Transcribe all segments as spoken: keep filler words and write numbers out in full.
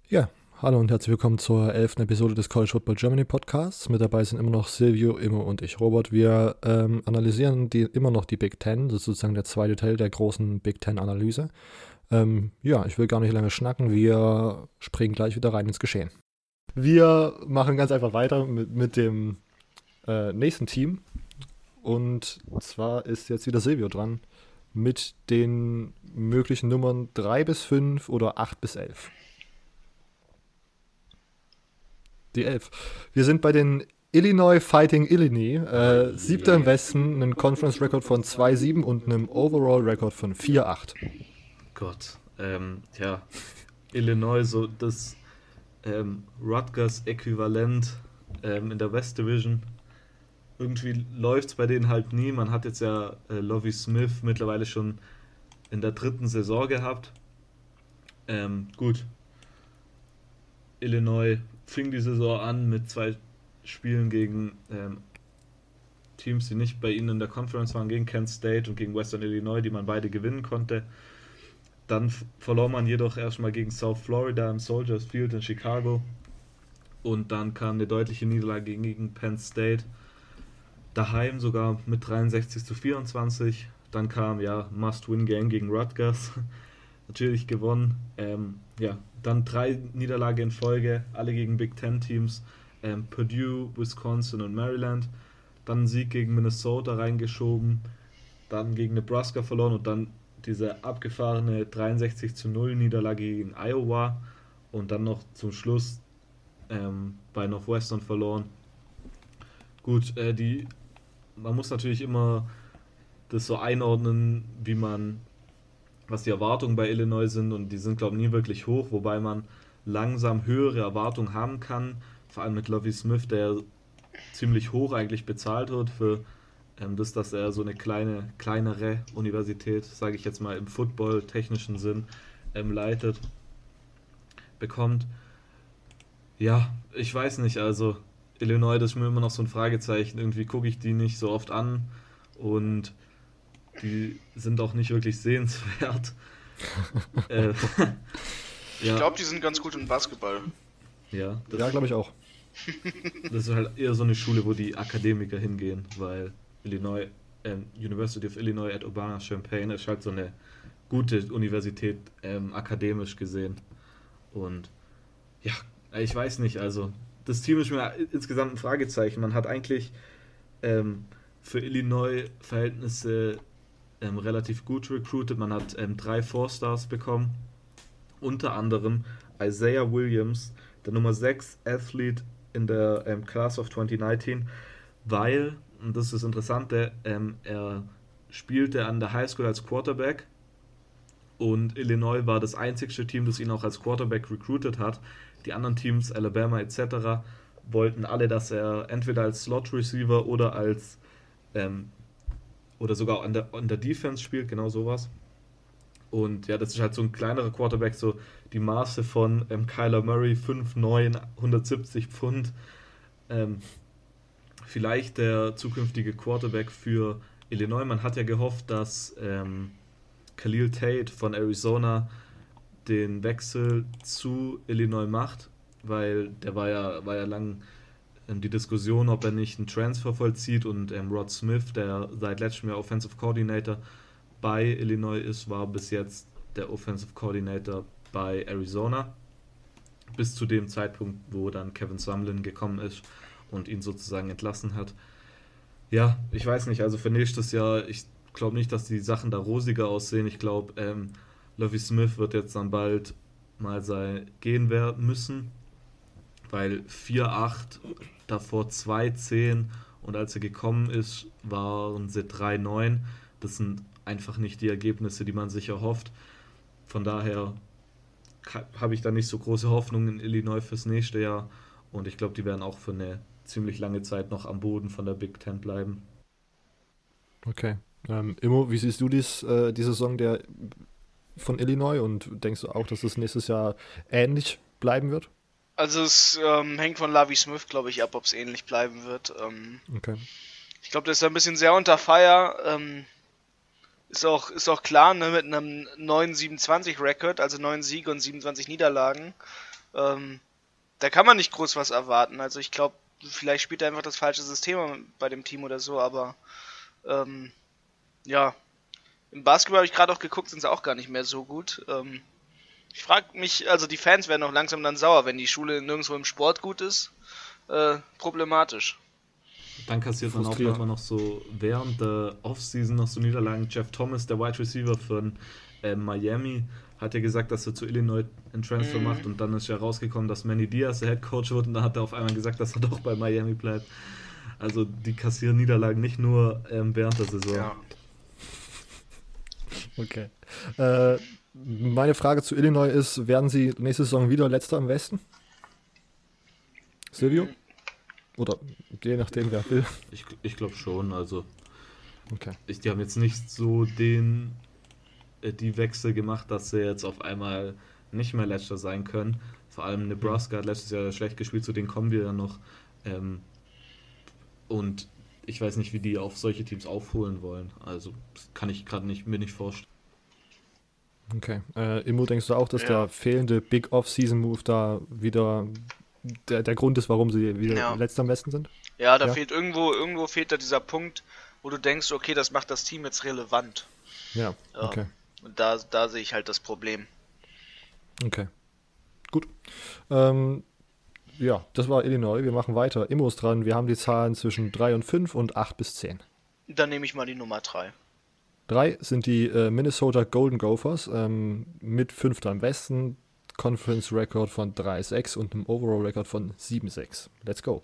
Ja, hallo und herzlich willkommen zur elften Episode des College Football Germany Podcasts. Mit dabei sind immer noch Silvio, Immo und ich, Robert. Wir ähm, analysieren die, immer noch die Big Ten. Das ist sozusagen der zweite Teil der großen Big Ten-Analyse. Ähm, ja, ich will gar nicht lange schnacken. Wir springen gleich wieder rein ins Geschehen. Wir machen ganz einfach weiter mit, mit dem äh, nächsten Team. Und zwar ist jetzt wieder Silvio dran mit den möglichen Nummern drei bis fünf oder acht bis elf. Die elf. Wir sind bei den Illinois Fighting Illini. Äh, siebter im Westen, einen Conference-Record von zwei sieben und einem Overall-Record von vier acht. Gott, ähm, ja, Illinois, so das ähm, Rutgers-Äquivalent ähm, in der West Division. Irgendwie läuft es bei denen halt nie. Man hat jetzt ja äh, Lovie Smith mittlerweile schon in der dritten Saison gehabt. Ähm, gut, Illinois fing die Saison an mit zwei Spielen gegen ähm, Teams, die nicht bei ihnen in der Conference waren, gegen Kent State und gegen Western Illinois, die man beide gewinnen konnte. Dann f- verlor man jedoch erstmal gegen South Florida im Soldiers Field in Chicago. Und dann kam eine deutliche Niederlage gegen Penn State. Daheim sogar mit dreiundsechzig zu vierundzwanzig. Dann kam ja Must-Win-Game gegen Rutgers. Natürlich gewonnen. Ähm, ja, dann drei Niederlagen in Folge, alle gegen Big Ten Teams. Ähm, Purdue, Wisconsin und Maryland. Dann ein Sieg gegen Minnesota reingeschoben. Dann gegen Nebraska verloren und dann diese abgefahrene dreiundsechzig zu null Niederlage gegen Iowa. Und dann noch zum Schluss ähm, bei Northwestern verloren. Gut, äh, die, man muss natürlich immer das so einordnen, wie man, was die Erwartungen bei Illinois sind, und die sind, glaube ich, nie wirklich hoch, wobei man langsam höhere Erwartungen haben kann, vor allem mit Lovie Smith, der ziemlich hoch eigentlich bezahlt wird für ähm, das, dass er so eine kleine, kleinere Universität, sage ich jetzt mal im Football-technischen Sinn, ähm, leitet, bekommt. Ja, ich weiß nicht, also Illinois, das ist mir immer noch so ein Fragezeichen, irgendwie gucke ich die nicht so oft an und die sind auch nicht wirklich sehenswert. äh, Ich ja, glaube, die sind ganz gut im Basketball. ja, das, Ja, glaube ich auch. das ist halt eher so eine Schule, wo die Akademiker hingehen, weil Illinois, ähm, University of Illinois at Urbana-Champaign ist halt so eine gute Universität, ähm, akademisch gesehen. Und ja, ich weiß nicht, also das Team ist mir insgesamt ein Fragezeichen. Man hat eigentlich ähm, für Illinois-Verhältnisse ähm, relativ gut recruited. Man hat ähm, drei Four-Stars bekommen, unter anderem Isaiah Williams, der Nummer sechs Athlete in der ähm, Class of zwanzig neunzehn, weil, und das ist das Interessante, ähm, er spielte an der Highschool als Quarterback und Illinois war das einzigste Team, das ihn auch als Quarterback recruited hat. Die anderen Teams, Alabama et cetera, wollten alle, dass er entweder als Slot Receiver oder als ähm, oder sogar an der, an der Defense spielt, genau sowas. Und ja, das ist halt so ein kleinerer Quarterback, so die Maße von ähm, Kyler Murray, fünf neun, hundertsiebzig Pfund. Ähm, vielleicht der zukünftige Quarterback für Illinois. Man hat ja gehofft, dass ähm, Khalil Tate von Arizona den Wechsel zu Illinois macht, weil der war ja, war ja lang ähm, die Diskussion, ob er nicht einen Transfer vollzieht, und ähm, Rod Smith, der seit letztem Jahr Offensive Coordinator bei Illinois ist, war bis jetzt der Offensive Coordinator bei Arizona, bis zu dem Zeitpunkt, wo dann Kevin Sumlin gekommen ist und ihn sozusagen entlassen hat. Ja, ich weiß nicht, also für nächstes Jahr, ich glaube nicht, dass die Sachen da rosiger aussehen. Ich glaube, ähm, Lovie Smith wird jetzt dann bald mal sein, gehen werden müssen, weil vier acht, davor zwei zehn und als er gekommen ist, waren sie drei neun. Das sind einfach nicht die Ergebnisse, die man sich erhofft. Von daher habe ich da nicht so große Hoffnung in Illinois fürs nächste Jahr, und ich glaube, die werden auch für eine ziemlich lange Zeit noch am Boden von der Big Ten bleiben. Okay. Ähm, Immo, wie siehst du dies, äh, die Saison der von Illinois und denkst du auch, dass es nächstes Jahr ähnlich bleiben wird? Also es ähm, hängt von Lovie Smith, glaube ich, ab, ob es ähnlich bleiben wird. Ähm, Okay. ich glaube, der ist da ein bisschen sehr unter Fire. Ähm, ist auch, ist auch klar, ne, mit einem neun siebenundzwanzig Record, also neun Siege und siebenundzwanzig Niederlagen. Ähm, da kann man nicht groß was erwarten. Also ich glaube, vielleicht spielt er einfach das falsche System bei dem Team oder so, aber ähm, ja, im Basketball habe ich gerade auch geguckt, sind sie auch gar nicht mehr so gut. Ähm, ich frage mich, also die Fans werden auch langsam dann sauer, wenn die Schule nirgendwo im Sport gut ist. Äh, problematisch. Dann kassiert man auch Frustrierend. immer noch so während der Offseason noch so Niederlagen. Jeff Thomas, der Wide Receiver von äh, Miami, hat ja gesagt, dass er zu Illinois einen Transfer Mhm. macht, und dann ist ja rausgekommen, dass Manny Diaz der Head Coach wird, und dann hat er auf einmal gesagt, dass er doch bei Miami bleibt. Also die kassieren Niederlagen nicht nur ähm, während der Saison. Ja. Okay. Äh, meine Frage zu Illinois ist, werden sie nächste Saison wieder Letzter im Westen? Silvio? Oder je nachdem, wer will. Ich, ich glaube schon, also Okay. ich, die haben jetzt nicht so den äh, die Wechsel gemacht, dass sie jetzt auf einmal nicht mehr Letzter sein können. Vor allem Nebraska hat letztes Jahr schlecht gespielt, zu denen kommen wir ja noch. Ähm, und ich weiß nicht, wie die auf solche Teams aufholen wollen. Also das kann ich gerade nicht, mir nicht vorstellen. Okay. Äh, Immo, denkst du auch, dass Ja. der fehlende Big Off-Season-Move da wieder der, der Grund ist, warum sie wieder Ja. Letzter am Westen sind? Ja, da Ja. fehlt irgendwo, irgendwo fehlt da dieser Punkt, wo du denkst, okay, das macht das Team jetzt relevant. Ja, Ja. okay. Und da, da sehe ich halt das Problem. Okay. Gut. Ähm, ja, das war Illinois. Wir machen weiter. Immo ist dran. Wir haben die Zahlen zwischen drei und fünf und acht bis zehn. Dann nehme ich mal die Nummer drei. drei sind die äh, Minnesota Golden Gophers ähm, mit fünfter im Westen, Conference Record von drei sechs und einem Overall Record von sieben sechs. Let's go.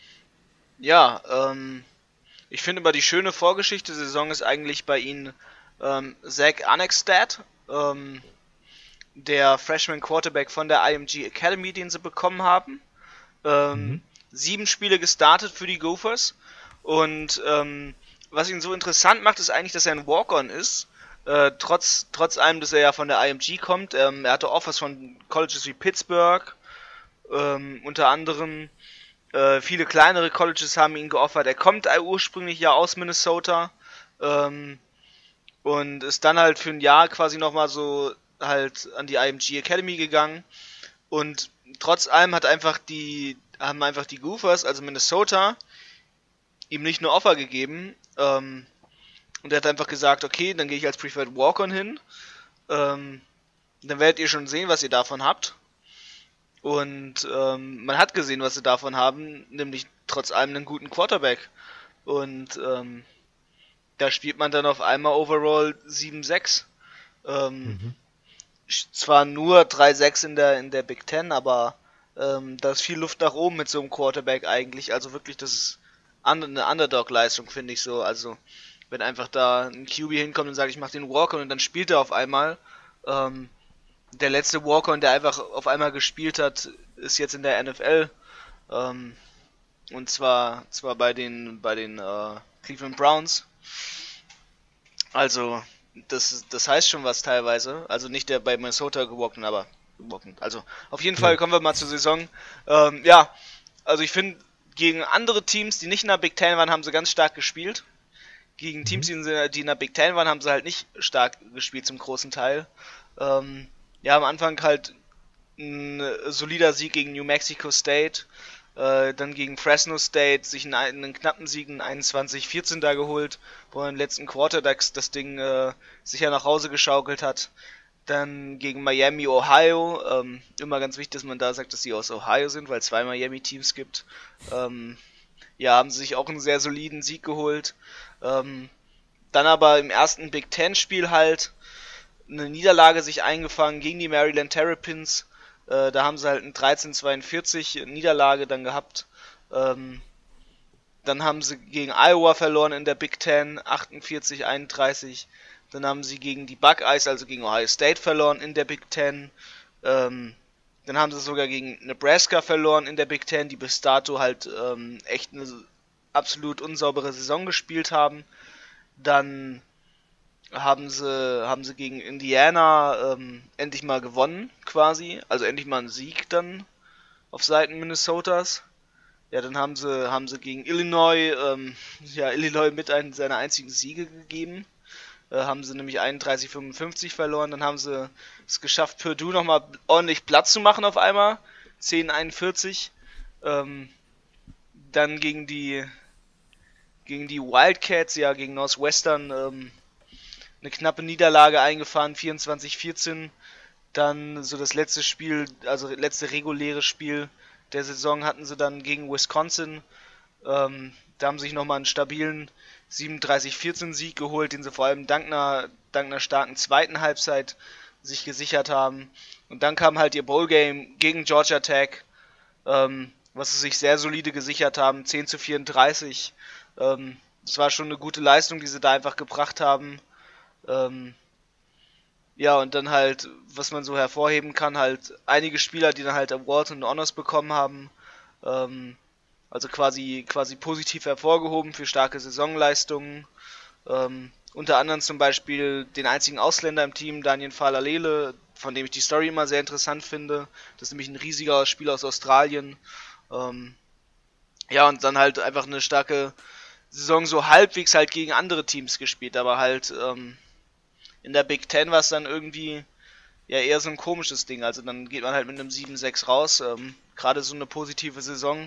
Ja, ähm, ich finde aber die schöne Vorgeschichte der Saison ist eigentlich bei ihnen ähm, Zach Annexstad, ähm, der Freshman Quarterback von der I M G Academy, den sie bekommen haben. Ähm, Mhm. Sieben Spiele gestartet für die Gophers und ähm, was ihn so interessant macht, ist eigentlich, dass er ein Walk-On ist. Äh, trotz, trotz allem, dass er ja von der I M G kommt. Ähm, er hatte Offers von Colleges wie Pittsburgh, ähm, unter anderem. Äh, viele kleinere Colleges haben ihn geoffert. Er kommt ursprünglich ja aus Minnesota ähm, und ist dann halt für ein Jahr quasi nochmal so halt an die I M G Academy gegangen. Und trotz allem hat einfach die, haben einfach die Gophers, also Minnesota, ihm nicht nur Offer gegeben. Ähm, und er hat einfach gesagt, okay, dann gehe ich als Preferred Walk-On hin. Ähm, dann werdet ihr schon sehen, was ihr davon habt. Und ähm, man hat gesehen, was sie davon haben, nämlich trotz allem einen guten Quarterback. Und ähm, da spielt man dann auf einmal Overall sieben sechs. Ähm, Mhm. Zwar nur drei sechs in der in der Big Ten, aber ähm, da ist viel Luft nach oben mit so einem Quarterback eigentlich. Also wirklich, das ist un- eine Underdog-Leistung, finde ich so. Also wenn einfach da ein Q B hinkommt und sagt, ich mache den Walk-On und dann spielt er auf einmal. Ähm, der letzte Walk-On, der einfach auf einmal gespielt hat, ist jetzt in der N F L. Ähm, und zwar zwar bei den bei den äh, Cleveland Browns. Also das das heißt schon was teilweise. Also nicht der bei Minnesota gewalkt, aber gewalkt. Also auf jeden Fall Ja. kommen wir mal zur Saison. Ähm, ja, also ich finde, gegen andere Teams, die nicht in der Big Ten waren, haben sie ganz stark gespielt. Gegen Teams, die in, der- die in der Big Ten waren, haben sie halt nicht stark gespielt zum großen Teil. Ähm, ja, am Anfang halt ein solider Sieg gegen New Mexico State, äh, dann gegen Fresno State sich einen, einen knappen Sieg, einen einundzwanzig vierzehn da geholt, wo er im letzten Quarter das, das Ding äh, sicher nach Hause geschaukelt hat. Dann gegen Miami, Ohio, ähm, immer ganz wichtig, dass man da sagt, dass sie aus Ohio sind, weil es zwei Miami-Teams gibt. Ähm, ja, haben sie sich auch einen sehr soliden Sieg geholt. Ähm, dann aber im ersten Big Ten-Spiel halt eine Niederlage sich eingefangen gegen die Maryland Terrapins. Äh, da haben sie halt eine dreizehn zweiundvierzig Niederlage dann gehabt. Ähm, dann haben sie gegen Iowa verloren in der Big Ten, achtundvierzig einunddreißig. Dann haben sie gegen die Buckeyes, also gegen Ohio State, verloren in der Big Ten. Ähm, dann haben sie sogar gegen Nebraska verloren in der Big Ten, die bis dato halt ähm, echt eine absolut unsaubere Saison gespielt haben. Dann haben sie, haben sie gegen Indiana ähm, endlich mal gewonnen, quasi. Also endlich mal einen Sieg dann auf Seiten Minnesotas. Ja, dann haben sie, haben sie gegen Illinois, ähm, ja, Illinois mit einem seiner einzigen Siege gegeben. Äh, haben sie nämlich einunddreißig fünfundfünfzig verloren. Dann haben sie es geschafft, Purdue nochmal ordentlich Platz zu machen auf einmal. zehn einundvierzig. Ähm, dann gegen die gegen die Wildcats, ja, gegen Northwestern ähm, eine knappe Niederlage eingefahren, vierundzwanzig vierzehn. Dann so das letzte Spiel, also letzte reguläre Spiel der Saison hatten sie dann gegen Wisconsin. Ähm, da haben sie sich nochmal einen stabilen siebenunddreißig vierzehn Sieg geholt, den sie vor allem dank einer, dank einer starken zweiten Halbzeit sich gesichert haben. Und dann kam halt ihr Bowl-Game gegen Georgia Tech, ähm, was sie sich sehr solide gesichert haben, zehn zu vierunddreißig. Ähm, das war schon eine gute Leistung, die sie da einfach gebracht haben. Ähm, ja, und dann halt, was man so hervorheben kann, halt einige Spieler, die dann halt Awards und Honors bekommen haben. Ähm, also quasi, quasi positiv hervorgehoben für starke Saisonleistungen. Ähm, unter anderem zum Beispiel den einzigen Ausländer im Team, Daniel Falalele, von dem ich die Story immer sehr interessant finde. Das ist nämlich ein riesiger Spieler aus Australien. Ähm, ja, und dann halt einfach eine starke Saison so halbwegs halt gegen andere Teams gespielt, aber halt ähm, in der Big Ten war es dann irgendwie ja eher so ein komisches Ding. Also dann geht man halt mit einem sieben sechs raus. Ähm, Gerade so eine positive Saison.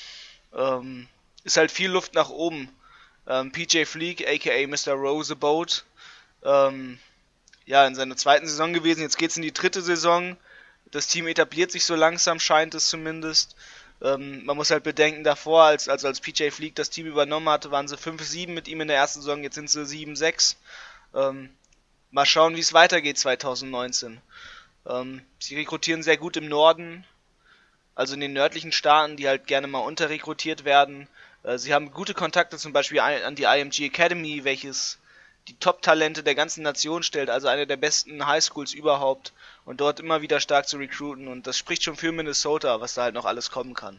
Ähm, ist halt viel Luft nach oben. Ähm, P J Fleek, aka Mister Roosevelt, ähm, ja, in seiner zweiten Saison gewesen. Jetzt geht's in die dritte Saison. Das Team etabliert sich so langsam, scheint es zumindest. Ähm, man muss halt bedenken, davor, als, also als P J Fleek das Team übernommen hatte, waren sie fünf sieben mit ihm in der ersten Saison. Jetzt sind sie sieben sechs. Ähm, mal schauen, wie es weitergeht zwanzig neunzehn. Ähm, sie rekrutieren sehr gut im Norden. Also in den nördlichen Staaten, die halt gerne mal unterrekrutiert werden. Äh, sie haben gute Kontakte zum Beispiel an die I M G Academy, welches die Top-Talente der ganzen Nation stellt, also eine der besten Highschools überhaupt. Und dort immer wieder stark zu recruiten. Und das spricht schon für Minnesota, was da halt noch alles kommen kann.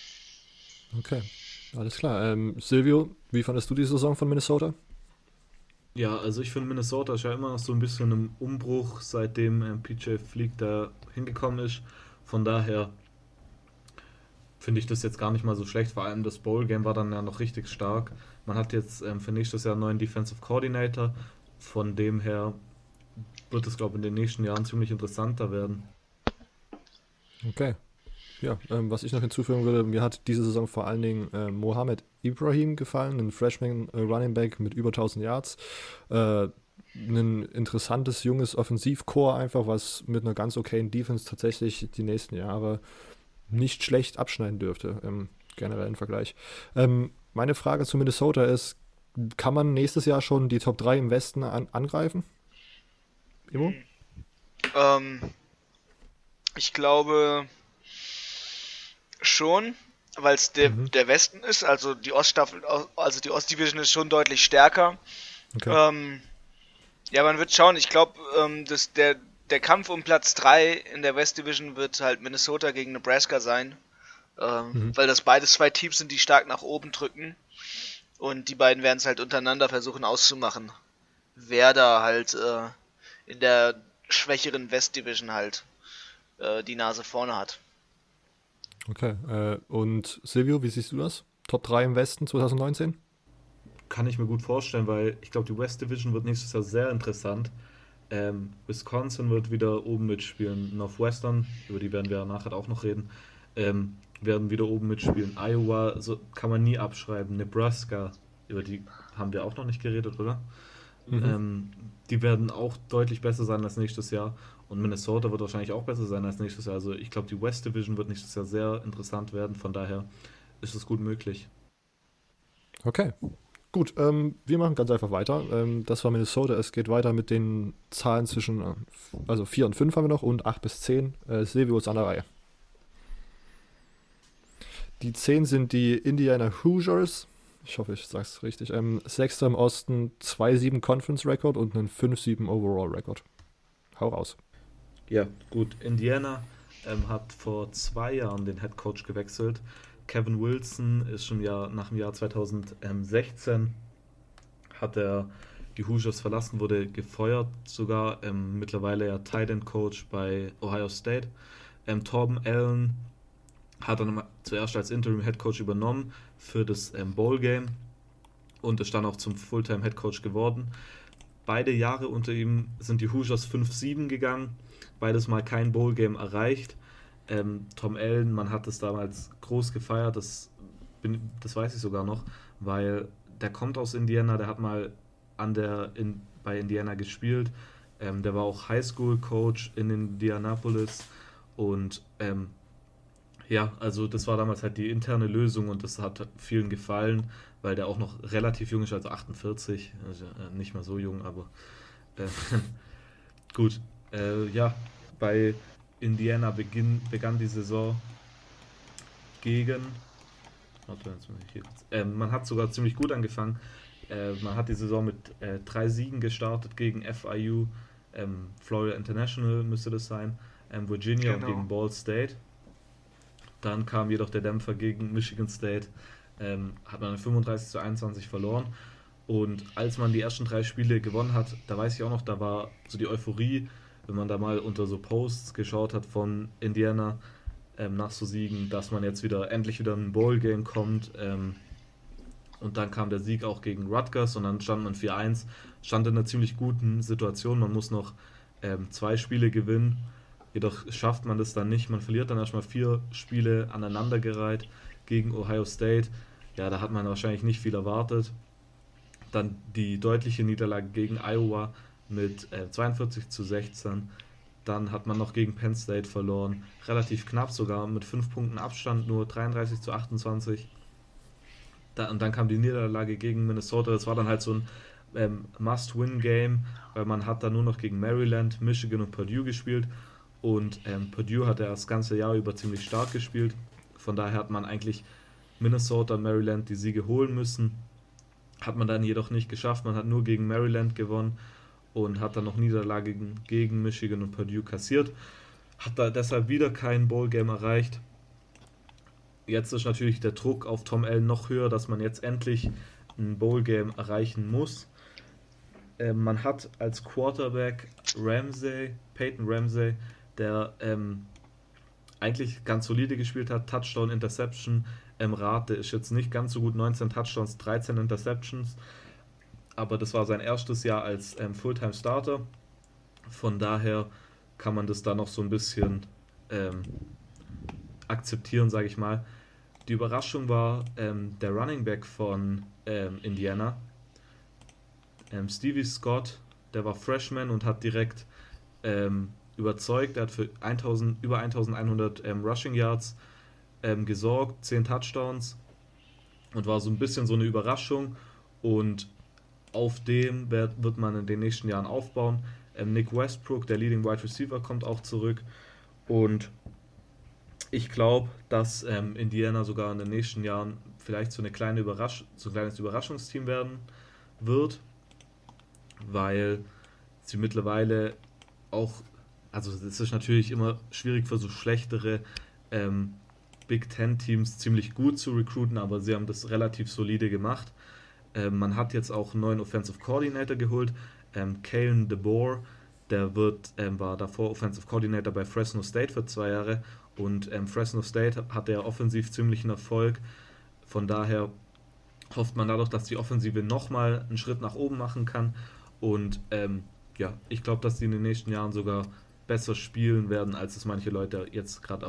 Okay, alles klar. Ähm, Silvio, wie fandest du die Saison von Minnesota? Ja, also ich finde, Minnesota ist ja immer noch so ein bisschen im Umbruch, seitdem ähm, P J Fleek da hingekommen ist. Von daher finde ich das jetzt gar nicht mal so schlecht. Vor allem das Bowl-Game war dann ja noch richtig stark. Man hat jetzt ähm, für nächstes Jahr einen neuen Defensive Coordinator. Von dem her wird es, glaube ich, in den nächsten Jahren ziemlich interessanter werden. Okay. Ja, ähm, was ich noch hinzufügen würde, mir hat diese Saison vor allen Dingen äh, Mohamed Ibrahim gefallen, ein Freshman äh, Running Back mit über tausend Yards. Äh, ein interessantes, junges Offensivcore einfach, was mit einer ganz okayen Defense tatsächlich die nächsten Jahre nicht schlecht abschneiden dürfte, im generellen Vergleich. Ähm, meine Frage zu Minnesota ist, kann man nächstes Jahr schon die Top drei im Westen an, angreifen? Imo? Ähm, ich glaube schon, weil es der, Mhm. der Westen ist, also die Oststaffel, also die Ostdivision ist schon deutlich stärker. Okay. Ähm, ja, man wird schauen. Ich glaube, ähm, dass der, der Kampf um Platz drei in der West Division wird halt Minnesota gegen Nebraska sein. Ähm, Mhm. Weil das beides zwei Teams sind, die stark nach oben drücken. Und die beiden werden es halt untereinander versuchen auszumachen. Wer da halt äh, in der schwächeren West Division halt äh, die Nase vorne hat. Okay. Äh, und Silvio, wie siehst du das? Top drei im Westen zwanzig neunzehn? Kann ich mir gut vorstellen, weil ich glaube, die West Division wird nächstes Jahr sehr interessant. Ähm, Wisconsin wird wieder oben mitspielen. Northwestern, über die werden wir nachher auch noch reden, ähm, werden wieder oben mitspielen. Iowa, so kann man nie abschreiben. Nebraska, über die haben wir auch noch nicht geredet, oder? Mhm. Ähm, die werden auch deutlich besser sein als nächstes Jahr. Und Minnesota wird wahrscheinlich auch besser sein als nächstes Jahr. Also ich glaube, die West Division wird nächstes Jahr sehr interessant werden. Von daher ist es gut möglich. Okay. Gut, ähm, wir machen ganz einfach weiter. Ähm, das war Minnesota. Es geht weiter mit den Zahlen zwischen, äh, also vier und fünf haben wir noch und acht bis zehn. Äh, Silvio ist an der Reihe. Die zehn sind die Indiana Hoosiers. Ich hoffe, ich sage es richtig. Ähm, Sechster im Osten, zwei sieben Conference Record und einen fünf sieben Overall Record. Hau raus. Ja, gut. Indiana ähm, hat vor zwei Jahren den Head Coach gewechselt. Kevin Wilson ist schon Jahr, nach dem Jahr zwanzig sechzehn hat er die Hoosiers verlassen, wurde gefeuert, sogar ähm, mittlerweile ja Tight End Coach bei Ohio State. Ähm, Torben Allen hat dann zuerst als Interim Head Coach übernommen für das ähm, Bowl Game und ist dann auch zum Fulltime Head Coach geworden. Beide Jahre unter ihm sind die Hoosiers fünf sieben gegangen, beides mal kein Bowl Game erreicht. ähm, Tom Allen, man hat es damals groß gefeiert, das, bin, das weiß ich sogar noch, weil der kommt aus Indiana, der hat mal an der in, bei Indiana gespielt, ähm, der war auch Highschool-Coach in Indianapolis und ähm, ja, also das war damals halt die interne Lösung und das hat vielen gefallen, weil der auch noch relativ jung ist, also achtundvierzig, also äh, nicht mal so jung, aber äh, gut. Äh, ja, bei Indiana beginn, begann die Saison gegen, warte, jetzt muss ich hier kurz, äh, man hat sogar ziemlich gut angefangen, äh, man hat die Saison mit äh, drei Siegen gestartet gegen F I U, ähm, Florida International müsste das sein, ähm, Virginia Genau. und gegen Ball State. Dann kam jedoch der Dämpfer gegen Michigan State, ähm, hat man fünfunddreißig zu einundzwanzig verloren. Und als man die ersten drei Spiele gewonnen hat, da weiß ich auch noch, da war so die Euphorie, wenn man da mal unter so Posts geschaut hat von Indiana ähm, nach so Siegen, dass man jetzt wieder endlich wieder in ein Bowl-Game kommt. Ähm, und dann kam der Sieg auch gegen Rutgers und dann stand man vier eins, stand in einer ziemlich guten Situation. Man muss noch ähm, zwei Spiele gewinnen. Jedoch schafft man das dann nicht. Man verliert dann erstmal vier Spiele aneinandergereiht gegen Ohio State. Ja, da hat man wahrscheinlich nicht viel erwartet. Dann die deutliche Niederlage gegen Iowa mit äh, zweiundvierzig zu sechzehn. Dann hat man noch gegen Penn State verloren. Relativ knapp sogar, mit fünf Punkten Abstand, nur dreiunddreißig zu achtundzwanzig. Da, und dann kam die Niederlage gegen Minnesota. Das war dann halt so ein ähm, Must-Win-Game, weil man hat dann nur noch gegen Maryland, Michigan und Purdue gespielt. Und ähm, Purdue hat ja das ganze Jahr über ziemlich stark gespielt. Von daher hat man eigentlich Minnesota und Maryland die Siege holen müssen. Hat man dann jedoch nicht geschafft. Man hat nur gegen Maryland gewonnen und hat dann noch Niederlagen gegen Michigan und Purdue kassiert. Hat da deshalb wieder kein Bowl-Game erreicht. Jetzt ist natürlich der Druck auf Tom Allen noch höher, dass man jetzt endlich ein Bowl-Game erreichen muss. Ähm, man hat als Quarterback Ramsey, Peyton Ramsey, der ähm, eigentlich ganz solide gespielt hat, Touchdown, Interception, ähm, Rate ist jetzt nicht ganz so gut, neunzehn Touchdowns, dreizehn Interceptions, aber das war sein erstes Jahr als ähm, Fulltime-Starter, von daher kann man das da noch so ein bisschen ähm, akzeptieren, sage ich mal. Die Überraschung war ähm, der Running Back von ähm, Indiana, ähm, Stevie Scott, der war Freshman und hat direkt ähm, überzeugt, er hat für tausend, über eintausendeinhundert ähm, Rushing Yards ähm, gesorgt, zehn Touchdowns und war so ein bisschen so eine Überraschung und auf dem wird, wird man in den nächsten Jahren aufbauen. Ähm, Nick Westbrook, der Leading Wide Receiver, kommt auch zurück und ich glaube, dass ähm, Indiana sogar in den nächsten Jahren vielleicht so, eine kleine Überrasch- so ein kleines Überraschungsteam werden wird, weil sie mittlerweile auch, also es ist natürlich immer schwierig für so schlechtere ähm, Big Ten Teams ziemlich gut zu recruiten, aber sie haben das relativ solide gemacht. Ähm, man hat jetzt auch einen neuen Offensive Coordinator geholt, ähm, Kalen DeBoer, der wird, ähm, war davor Offensive Coordinator bei Fresno State für zwei Jahre und ähm, Fresno State hatte ja offensiv ziemlichen Erfolg, von daher hofft man dadurch, dass die Offensive nochmal einen Schritt nach oben machen kann und ähm, ja, ich glaube, dass die in den nächsten Jahren sogar besser spielen werden, als es manche Leute jetzt gerade.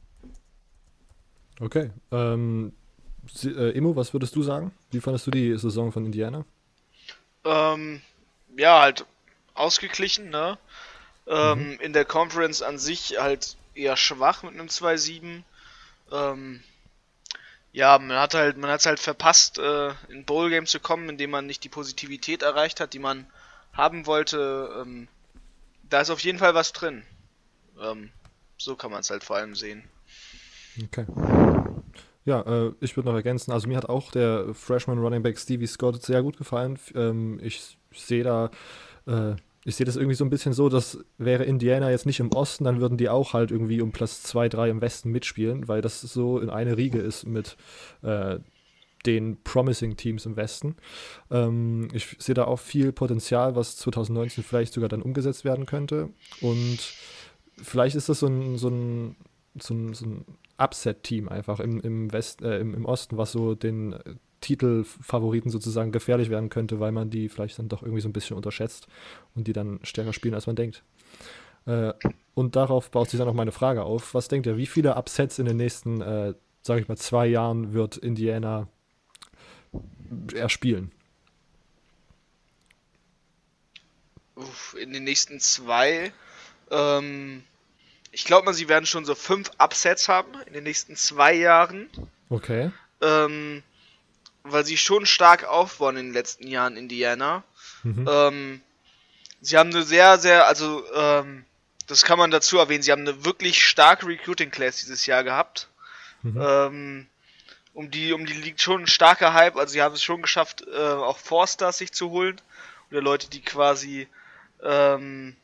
Okay. Ähm, Sie, äh, Immo, was würdest du sagen? Wie fandest du die Saison von Indiana? Ähm, ja, halt ausgeglichen, ne? Ähm, Mhm. in der Conference an sich halt eher schwach mit einem zwei sieben. Ähm, ja, man hat halt, man hat es halt verpasst, äh, in Bowl Game zu kommen, indem man nicht die Positivität erreicht hat, die man haben wollte. Ähm, da ist auf jeden Fall was drin. Ähm, so kann man es halt vor allem sehen. Okay. Ja, äh, ich würde noch ergänzen, also mir hat auch der Freshman Running Back Stevie Scott sehr gut gefallen. F- Ähm, ich sehe da, äh, ich sehe das irgendwie so ein bisschen so, dass wäre Indiana jetzt nicht im Osten, dann würden die auch halt irgendwie um Platz zwei, drei im Westen mitspielen, weil das so in eine Riege ist mit äh, den Promising Teams im Westen. Ähm, ich sehe da auch viel Potenzial, was zwanzig neunzehn vielleicht sogar dann umgesetzt werden könnte. Und vielleicht ist das so ein, so ein, so ein, so ein Upset-Team einfach im, im, West, äh, im, im Osten, was so den äh, Titelfavoriten sozusagen gefährlich werden könnte, weil man die vielleicht dann doch irgendwie so ein bisschen unterschätzt und die dann stärker spielen, als man denkt. Äh, und darauf baut sich dann noch meine Frage auf. Was denkt ihr, wie viele Upsets in den nächsten, äh, sage ich mal, zwei Jahren wird Indiana erspielen? Uff, in den nächsten zwei. Ähm, ich glaube mal, sie werden schon so fünf Upsets haben in den nächsten zwei Jahren. Okay. Ähm, weil sie schon stark aufbauen in den letzten Jahren, Indiana. Mhm. Ähm, sie haben eine sehr, sehr, also, ähm, das kann man dazu erwähnen, sie haben eine wirklich starke Recruiting-Class dieses Jahr gehabt. Mhm. Ähm, um die, um die liegt schon ein starker Hype, also sie haben es schon geschafft, äh, auch Four-Stars sich zu holen. Oder Leute, die quasi, ähm,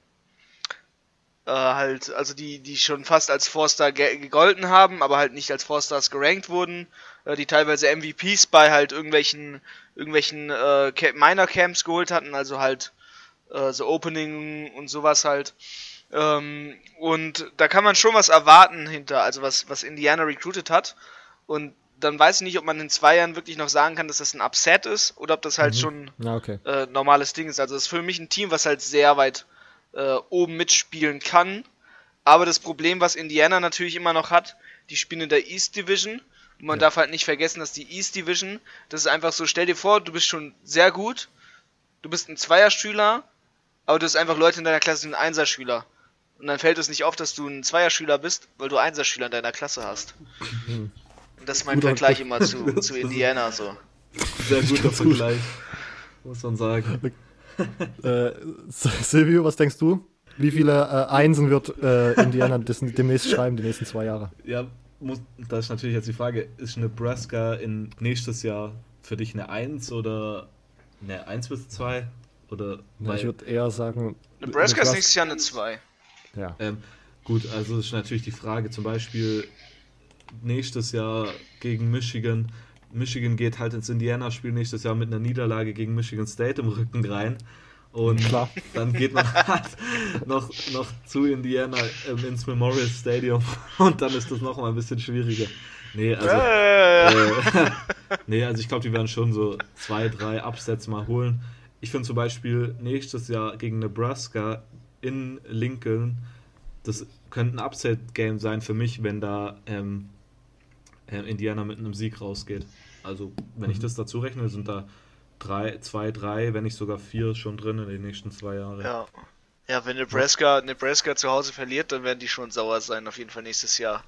äh, halt, also die, die schon fast als Four-Star ge gegolten haben, aber halt nicht als Four-Stars gerankt wurden, äh, die teilweise M V Ps bei halt irgendwelchen, irgendwelchen äh, Minor-Camps geholt hatten, also halt äh, so Opening und sowas halt. Ähm, und da kann man schon was erwarten hinter, also was, was Indiana recruited hat. Und dann weiß ich nicht, ob man in zwei Jahren wirklich noch sagen kann, dass das ein Upset ist oder ob das halt Mhm. schon Ja, okay. äh, normales Ding ist. Also das ist für mich ein Team, was halt sehr weit äh, oben mitspielen kann. Aber das Problem, was Indiana natürlich immer noch hat, die spielen in der East Division. Und man Ja. darf halt nicht vergessen, dass die East Division, das ist einfach so, stell dir vor, du bist schon sehr gut, du bist ein Zweierschüler, aber du hast einfach Leute in deiner Klasse, die sind Einserschüler. Und dann fällt es nicht auf, dass du ein Zweierschüler bist, weil du Einserschüler in deiner Klasse hast. Mhm. Und das ist mein Guter Vergleich Punkt. immer zu, zu Indiana so. Sehr guter Ganz gut. Vergleich, muss man sagen. Äh, Silvio, was denkst du? Wie viele äh, Einsen wird äh, Indiana des, demnächst schreiben, die nächsten zwei Jahre? Ja, muss, das ist natürlich jetzt die Frage, ist Nebraska in nächstes Jahr für dich eine eins oder eine eins bis zwei? Oder Ja, ich würde eher sagen. Nebraska ist nächstes Jahr eine zwei. Ja. Ähm, gut, also ist natürlich die Frage, zum Beispiel nächstes Jahr gegen Michigan. Michigan geht halt ins Indiana-Spiel nächstes Jahr mit einer Niederlage gegen Michigan State im Rücken rein. Und Klar. dann geht man halt noch, noch zu Indiana ähm, ins Memorial Stadium und dann ist das noch mal ein bisschen schwieriger. Nee, also, Äh, äh, nee, also ich glaube, die werden schon so zwei, drei Upsets mal holen. Ich finde zum Beispiel nächstes Jahr gegen Nebraska in Lincoln, das könnte ein Upset-Game sein für mich, wenn da ähm, äh, Indiana mit einem Sieg rausgeht. Also, wenn ich das dazu rechne, sind da drei, zwei, drei, wenn nicht sogar vier schon drin in den nächsten zwei Jahren. ja. Ja, wenn Nebraska, Nebraska zu Hause verliert, dann werden die schon sauer sein, auf jeden Fall nächstes Jahr.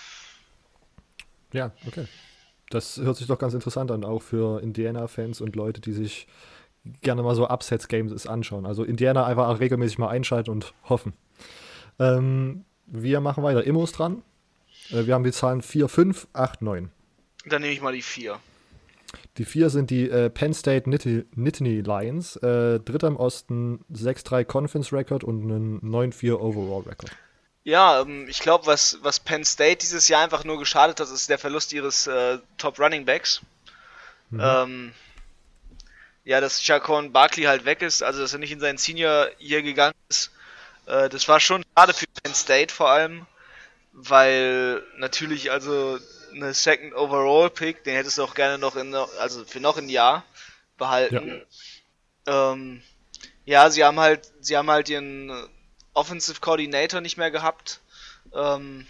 Ja, okay. Das hört sich doch ganz interessant an, auch für Indiana-Fans und Leute, die sich gerne mal so Upsets-Games anschauen. Also Indiana einfach auch regelmäßig mal einschalten und hoffen. Ähm, wir machen weiter. Immo ist dran. Äh, wir haben die Zahlen vier, fünf, acht, neun. Dann nehme ich mal die vier. Die vier sind die äh, Penn State Nittany, Nittany Lions. Äh, Dritter im Osten, sechs drei Conference Record und einen neun vier Overall Record. Ja, ähm, ich glaube, was, was Penn State dieses Jahr einfach nur geschadet hat, ist der Verlust ihres äh, Top Running Backs. Mhm. Ähm, ja, dass Jaquan Barkley halt weg ist, also dass er nicht in seinen Senior Year gegangen ist. Äh, das war schon schade für Penn State vor allem, weil natürlich also eine Second Overall Pick, den hättest du auch gerne noch in, also für noch ein Jahr behalten. Ja, ähm, ja sie haben halt, sie haben halt ihren Offensive Coordinator nicht mehr gehabt. Ähm,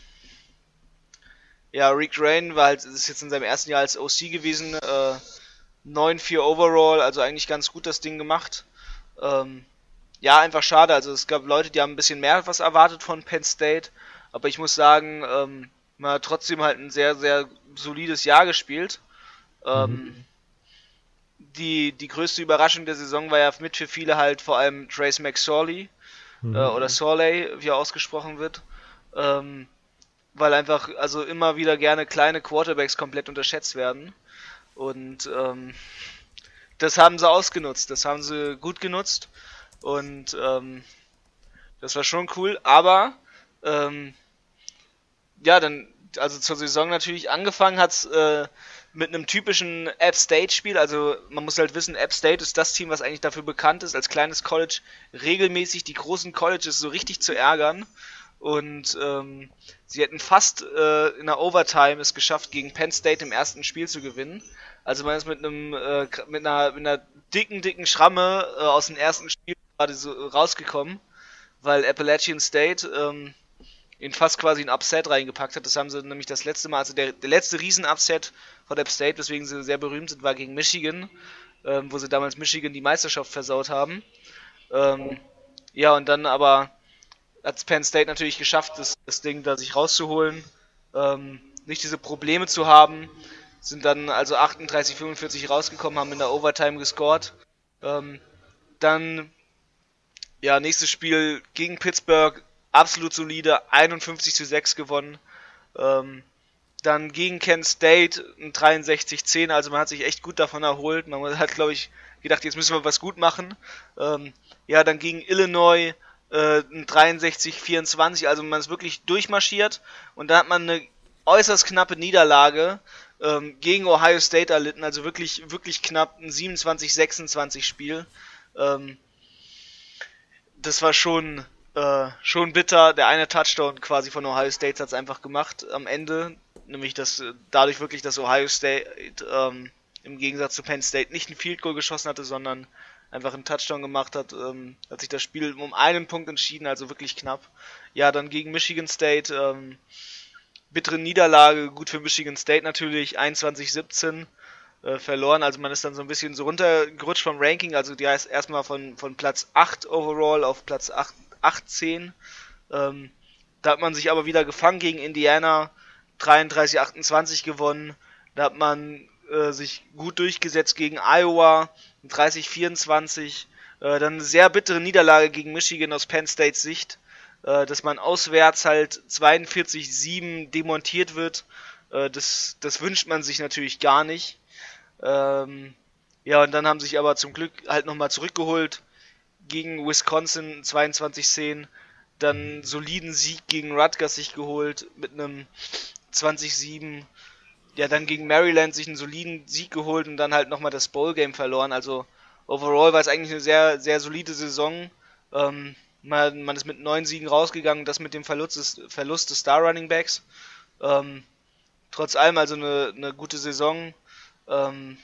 ja, Rick Rain war halt, ist jetzt in seinem ersten Jahr als O C gewesen, äh, neun vier Overall, also eigentlich ganz gut das Ding gemacht. Ähm, ja, einfach schade, also es gab Leute, die haben ein bisschen mehr was erwartet von Penn State, aber ich muss sagen, ähm, man hat trotzdem halt ein sehr, sehr solides Jahr gespielt. Ähm, Mhm. die, die größte Überraschung der Saison war ja mit für viele halt vor allem Trace McSorley, Mhm. äh, oder Sorley, wie er ausgesprochen wird, ähm, weil einfach also immer wieder gerne kleine Quarterbacks komplett unterschätzt werden. Und ähm, das haben sie ausgenutzt, das haben sie gut genutzt und ähm, das war schon cool, aber ähm, ja, dann, also zur Saison natürlich angefangen hat's äh, mit einem typischen App State Spiel, also man muss halt wissen, App State ist das Team, was eigentlich dafür bekannt ist, als kleines College regelmäßig die großen Colleges so richtig zu ärgern. Und ähm, sie hätten fast äh, in der Overtime es geschafft, gegen Penn State im ersten Spiel zu gewinnen. Also man ist mit einem äh, mit einer mit einer dicken, dicken Schramme äh, aus dem ersten Spiel gerade so rausgekommen, weil Appalachian State ähm, in fast quasi ein Upset reingepackt hat. Das haben sie nämlich das letzte Mal, also der, der letzte Riesen-Upset von App State, weswegen sie sehr berühmt sind, war gegen Michigan, ähm, wo sie damals Michigan die Meisterschaft versaut haben. Ähm, ja, und dann aber hat Penn State natürlich geschafft, das, das Ding da sich rauszuholen, ähm, nicht diese Probleme zu haben, sind dann also achtunddreißig fünfundvierzig rausgekommen, haben in der Overtime gescored. Ähm, dann, ja, nächstes Spiel gegen Pittsburgh, absolut solide, einundfünfzig zu sechs gewonnen. Ähm, dann gegen Kent State ein dreiundsechzig zehn, also man hat sich echt gut davon erholt. Man hat, glaube ich, gedacht, jetzt müssen wir was gut machen. Ähm, ja, dann gegen Illinois äh, ein dreiundsechzig vierundzwanzig, also man ist wirklich durchmarschiert. Und dann hat man eine äußerst knappe Niederlage ähm, gegen Ohio State erlitten, also wirklich, wirklich knapp, ein siebenundzwanzig sechsundzwanzig Spiel. Ähm, das war schon... Äh, schon bitter, der eine Touchdown quasi von Ohio State hat es einfach gemacht am Ende, nämlich dass dadurch wirklich, dass Ohio State ähm, im Gegensatz zu Penn State nicht ein Field Goal geschossen hatte, sondern einfach einen Touchdown gemacht hat, ähm, hat sich das Spiel um einen Punkt entschieden, also wirklich knapp. Ja, dann gegen Michigan State, ähm, bittere Niederlage, gut für Michigan State natürlich, einundzwanzig siebzehn äh, verloren, also man ist dann so ein bisschen so runtergerutscht vom Ranking, also die heißt erstmal von, von Platz acht overall auf Platz acht achtzehn. Ähm, da hat man sich aber wieder gefangen gegen Indiana, dreiunddreißig achtundzwanzig gewonnen. Da hat man äh, sich gut durchgesetzt gegen Iowa, dreißig vierundzwanzig. Äh, dann eine sehr bittere Niederlage gegen Michigan aus Penn States Sicht, äh, dass man auswärts halt zweiundvierzig sieben demontiert wird. Äh, das, das wünscht man sich natürlich gar nicht. Ähm, ja, und dann haben sich aber zum Glück halt nochmal zurückgeholt gegen Wisconsin zweiundzwanzig zehn, dann soliden Sieg gegen Rutgers sich geholt mit einem zwanzig sieben, ja, dann gegen Maryland sich einen soliden Sieg geholt und dann halt nochmal das Bowl-Game verloren, also overall war es eigentlich eine sehr, sehr solide Saison, ähm, man, man ist mit neun Siegen rausgegangen, das mit dem Verlust des, Verlust des Star-Running-Backs, ähm, trotz allem also eine, eine gute Saison, ähm,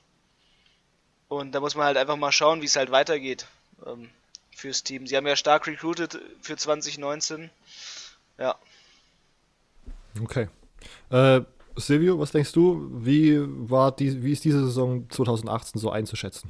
und da muss man halt einfach mal schauen, wie es halt weitergeht fürs Team. Sie haben ja stark recruited für zwanzig neunzehn. Ja. Okay. Äh, Silvio, was denkst du? Wie war die, wie ist diese Saison zwanzig achtzehn so einzuschätzen?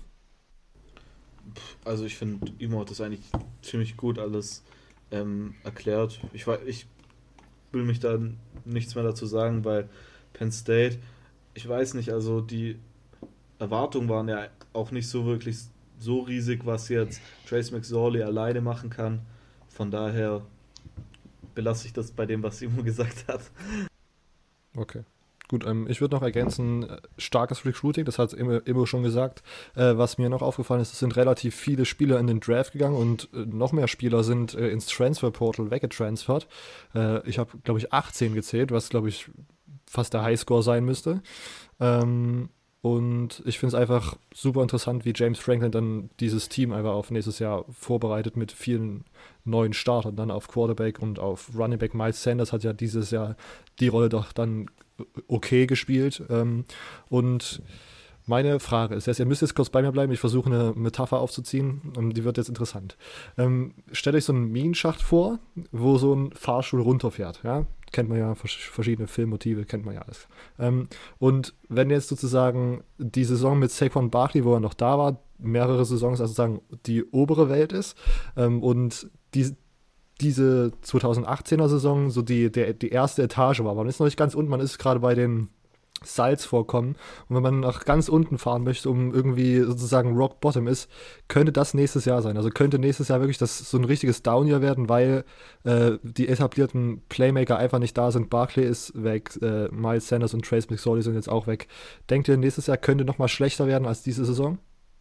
Also ich finde, Imo hat das eigentlich ziemlich gut alles ähm, erklärt. Ich, ich will mich da nichts mehr dazu sagen, weil Penn State, ich weiß nicht, also die Erwartungen waren ja auch nicht so wirklich so riesig, was jetzt Trace McSorley alleine machen kann. Von daher belasse ich das bei dem, was Simon gesagt hat. Okay. Gut, ähm, ich würde noch ergänzen, äh, starkes Recruiting, das hat Immo, Immo schon gesagt. Äh, was mir noch aufgefallen ist, es sind relativ viele Spieler in den Draft gegangen und äh, noch mehr Spieler sind äh, ins Transferportal weggetransfert. Äh, ich habe, glaube ich, achtzehn gezählt, was, glaube ich, fast der Highscore sein müsste. Ähm, Und ich finde es einfach super interessant, wie James Franklin dann dieses Team einfach auf nächstes Jahr vorbereitet mit vielen neuen Startern, dann auf Quarterback und auf Running Back. Miles Sanders hat ja dieses Jahr die Rolle doch dann okay gespielt. Und meine Frage ist jetzt, ihr müsst jetzt kurz bei mir bleiben, ich versuche eine Metapher aufzuziehen, die wird jetzt interessant. Ähm, stellt euch so einen Minenschacht vor, wo so ein Fahrstuhl runterfährt, ja? Kennt man ja, verschiedene Filmmotive, kennt man ja alles. Ähm, und wenn jetzt sozusagen die Saison mit Saquon Barkley, wo er noch da war, mehrere Saisons, also sozusagen die obere Welt ist, ähm, und die, diese zwanzig achtzehner Saison so die, der, die erste Etage war, man ist noch nicht ganz unten, man ist gerade bei den Salzvorkommen. Und wenn man nach ganz unten fahren möchte, um irgendwie sozusagen Rock Bottom ist, könnte das nächstes Jahr sein. Also könnte nächstes Jahr wirklich das so ein richtiges Downjahr werden, weil äh, die etablierten Playmaker einfach nicht da sind. Barkley ist weg, äh, Miles Sanders und Trace McSorley sind jetzt auch weg. Denkt ihr, nächstes Jahr könnte noch mal schlechter werden als diese Saison?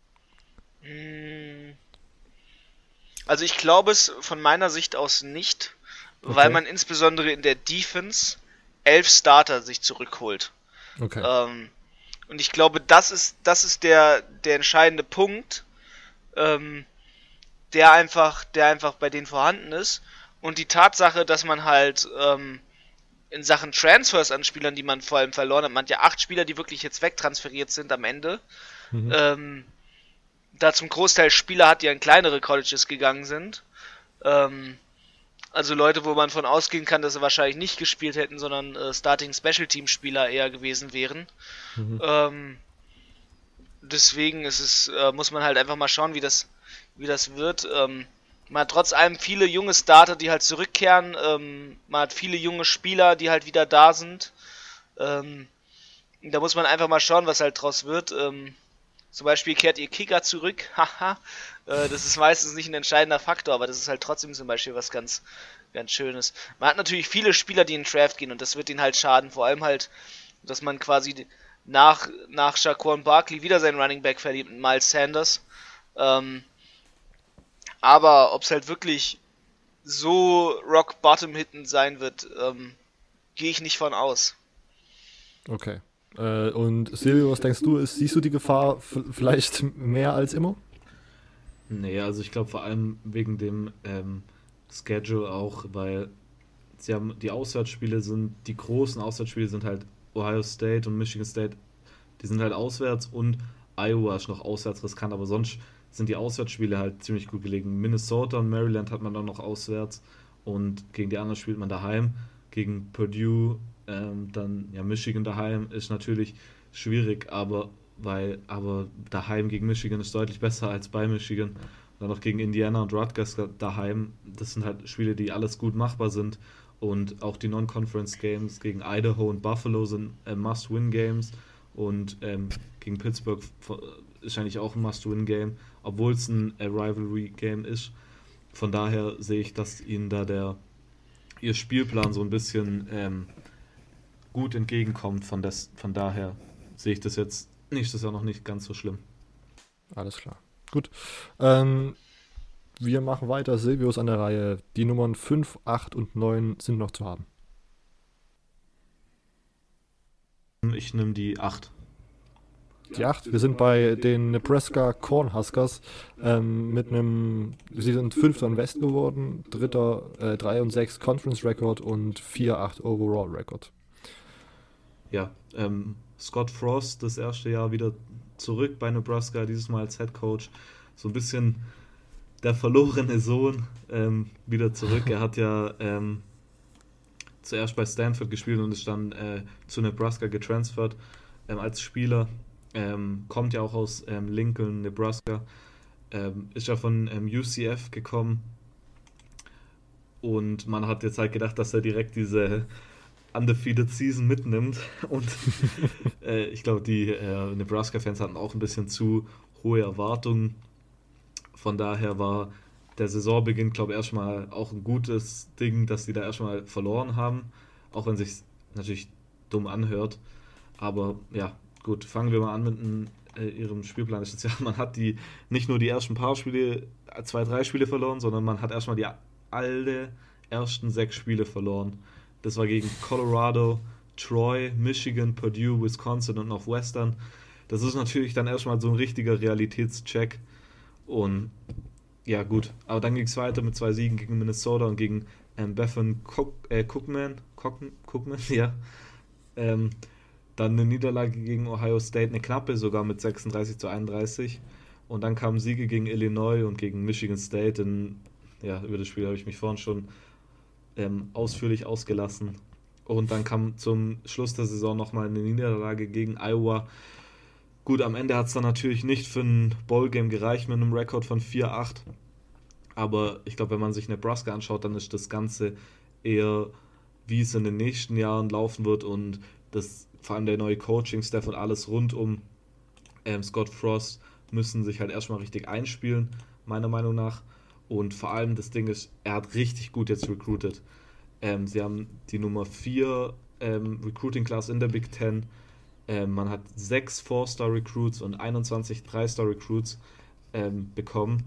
Also ich glaube es von meiner Sicht aus nicht, okay, weil man insbesondere in der Defense elf Starter sich zurückholt. Okay. Ähm, und ich glaube, das ist, das ist der, der entscheidende Punkt, ähm, der einfach, der einfach bei denen vorhanden ist. Und die Tatsache, dass man halt ähm, in Sachen Transfers an Spielern, die man vor allem verloren hat, man hat ja acht Spieler, die wirklich jetzt wegtransferiert sind am Ende, mhm. ähm, da zum Großteil Spieler hat, die an kleinere Colleges gegangen sind, Ähm, also Leute, wo man von ausgehen kann, dass sie wahrscheinlich nicht gespielt hätten, sondern äh, Starting Special Team Spieler eher gewesen wären. Mhm. Ähm, deswegen ist es, äh, muss man halt einfach mal schauen, wie das, wie das wird. Ähm, man hat trotz allem viele junge Starter, die halt zurückkehren. Ähm, man hat viele junge Spieler, die halt wieder da sind. Ähm, da muss man einfach mal schauen, was halt draus wird. Ähm, zum Beispiel kehrt ihr Kicker zurück. Haha. äh, das ist meistens nicht ein entscheidender Faktor, aber das ist halt trotzdem zum Beispiel was ganz, ganz Schönes. Man hat natürlich viele Spieler, die in den Draft gehen und das wird ihnen halt schaden. Vor allem halt, dass man quasi nach, nach Saquon Barkley wieder seinen Running Back verliert mit Miles Sanders. Ähm, aber ob es halt wirklich so rock bottom hittend sein wird, ähm, gehe ich nicht von aus. Okay. Äh, und Silvio, was denkst du? Ist, siehst du die Gefahr f- vielleicht mehr als immer? Nee, also ich glaube vor allem wegen dem ähm, Schedule auch, weil sie haben die Auswärtsspiele sind, die großen Auswärtsspiele sind halt Ohio State und Michigan State, die sind halt auswärts und Iowa ist noch auswärts riskant, aber sonst sind die Auswärtsspiele halt ziemlich gut gelegen. Minnesota und Maryland hat man dann noch auswärts und gegen die anderen spielt man daheim. Gegen Purdue, ähm, dann ja Michigan daheim ist natürlich schwierig, aber weil aber daheim gegen Michigan ist deutlich besser als bei Michigan. Und dann noch gegen Indiana und Rutgers daheim. Das sind halt Spiele, die alles gut machbar sind. Und auch die Non-Conference-Games gegen Idaho und Buffalo sind äh, Must-Win-Games. Und ähm, gegen Pittsburgh ist eigentlich auch ein Must-Win-Game, obwohl es ein äh, Rivalry-Game ist. Von daher sehe ich, dass ihnen da der ihr Spielplan so ein bisschen ähm, gut entgegenkommt. Von, des, von daher sehe ich das jetzt nächstes Jahr noch nicht ganz so schlimm. Alles klar. Gut. Ähm, wir machen weiter. Silvio ist an der Reihe. Die Nummern fünf, acht und neun sind noch zu haben. Ich nehme die acht. Die acht. Wir sind bei den Nebraska Cornhuskers ähm, mit einem, sie sind Fünfter im Westen geworden, Dritter, äh, drei und sechs Conference Record und vier acht Overall Record. Ja, ähm, Scott Frost das erste Jahr wieder zurück bei Nebraska, dieses Mal als Head Coach. So ein bisschen der verlorene Sohn ähm, wieder zurück. Er hat ja ähm, zuerst bei Stanford gespielt und ist dann äh, zu Nebraska getransfert ähm, als Spieler. Ähm, kommt ja auch aus ähm, Lincoln, Nebraska. Ähm, ist ja von ähm, U C F gekommen. Und man hat jetzt halt gedacht, dass er direkt diese Undefeated Season mitnimmt. Und äh, ich glaube, die äh, Nebraska-Fans hatten auch ein bisschen zu hohe Erwartungen. Von daher war der Saisonbeginn, glaube ich, erstmal auch ein gutes Ding, dass die da erstmal verloren haben. Auch wenn es sich natürlich dumm anhört. Aber ja, gut, fangen wir mal an mit einem, äh, ihrem Spielplan. Ja, man hat die nicht nur die ersten paar Spiele, zwei, drei Spiele verloren, sondern man hat erstmal die alle ersten sechs Spiele verloren. Das war gegen Colorado, Troy, Michigan, Purdue, Wisconsin und Northwestern. Das ist natürlich dann erstmal so ein richtiger Realitätscheck. Und ja, gut. Aber dann ging es weiter mit zwei Siegen gegen Minnesota und gegen ähm, Bethan Cook, äh, Cookman. Cookman, Cookman, ja. Ähm, dann eine Niederlage gegen Ohio State, eine knappe, sogar mit sechsunddreißig zu einunddreißig. Und dann kamen Siege gegen Illinois und gegen Michigan State. In, ja, über das Spiel habe ich mich vorhin schon ähm, ausführlich ausgelassen. Und dann kam zum Schluss der Saison nochmal eine Niederlage gegen Iowa. Gut, am Ende hat es dann natürlich nicht für ein Bowl-Game gereicht mit einem Rekord von vier acht. Aber ich glaube, wenn man sich Nebraska anschaut, dann ist das Ganze eher, wie es in den nächsten Jahren laufen wird. Und das, vor allem der neue Coaching-Staff und alles rund um ähm, Scott Frost müssen sich halt erstmal richtig einspielen, meiner Meinung nach. Und vor allem das Ding ist, er hat richtig gut jetzt recruited. Ähm, sie haben die Nummer vier ähm, Recruiting-Class in der Big Ten. Ähm, man hat sechs Four-Star-Recruits und einundzwanzig Drei-Star-Recruits ähm, bekommen.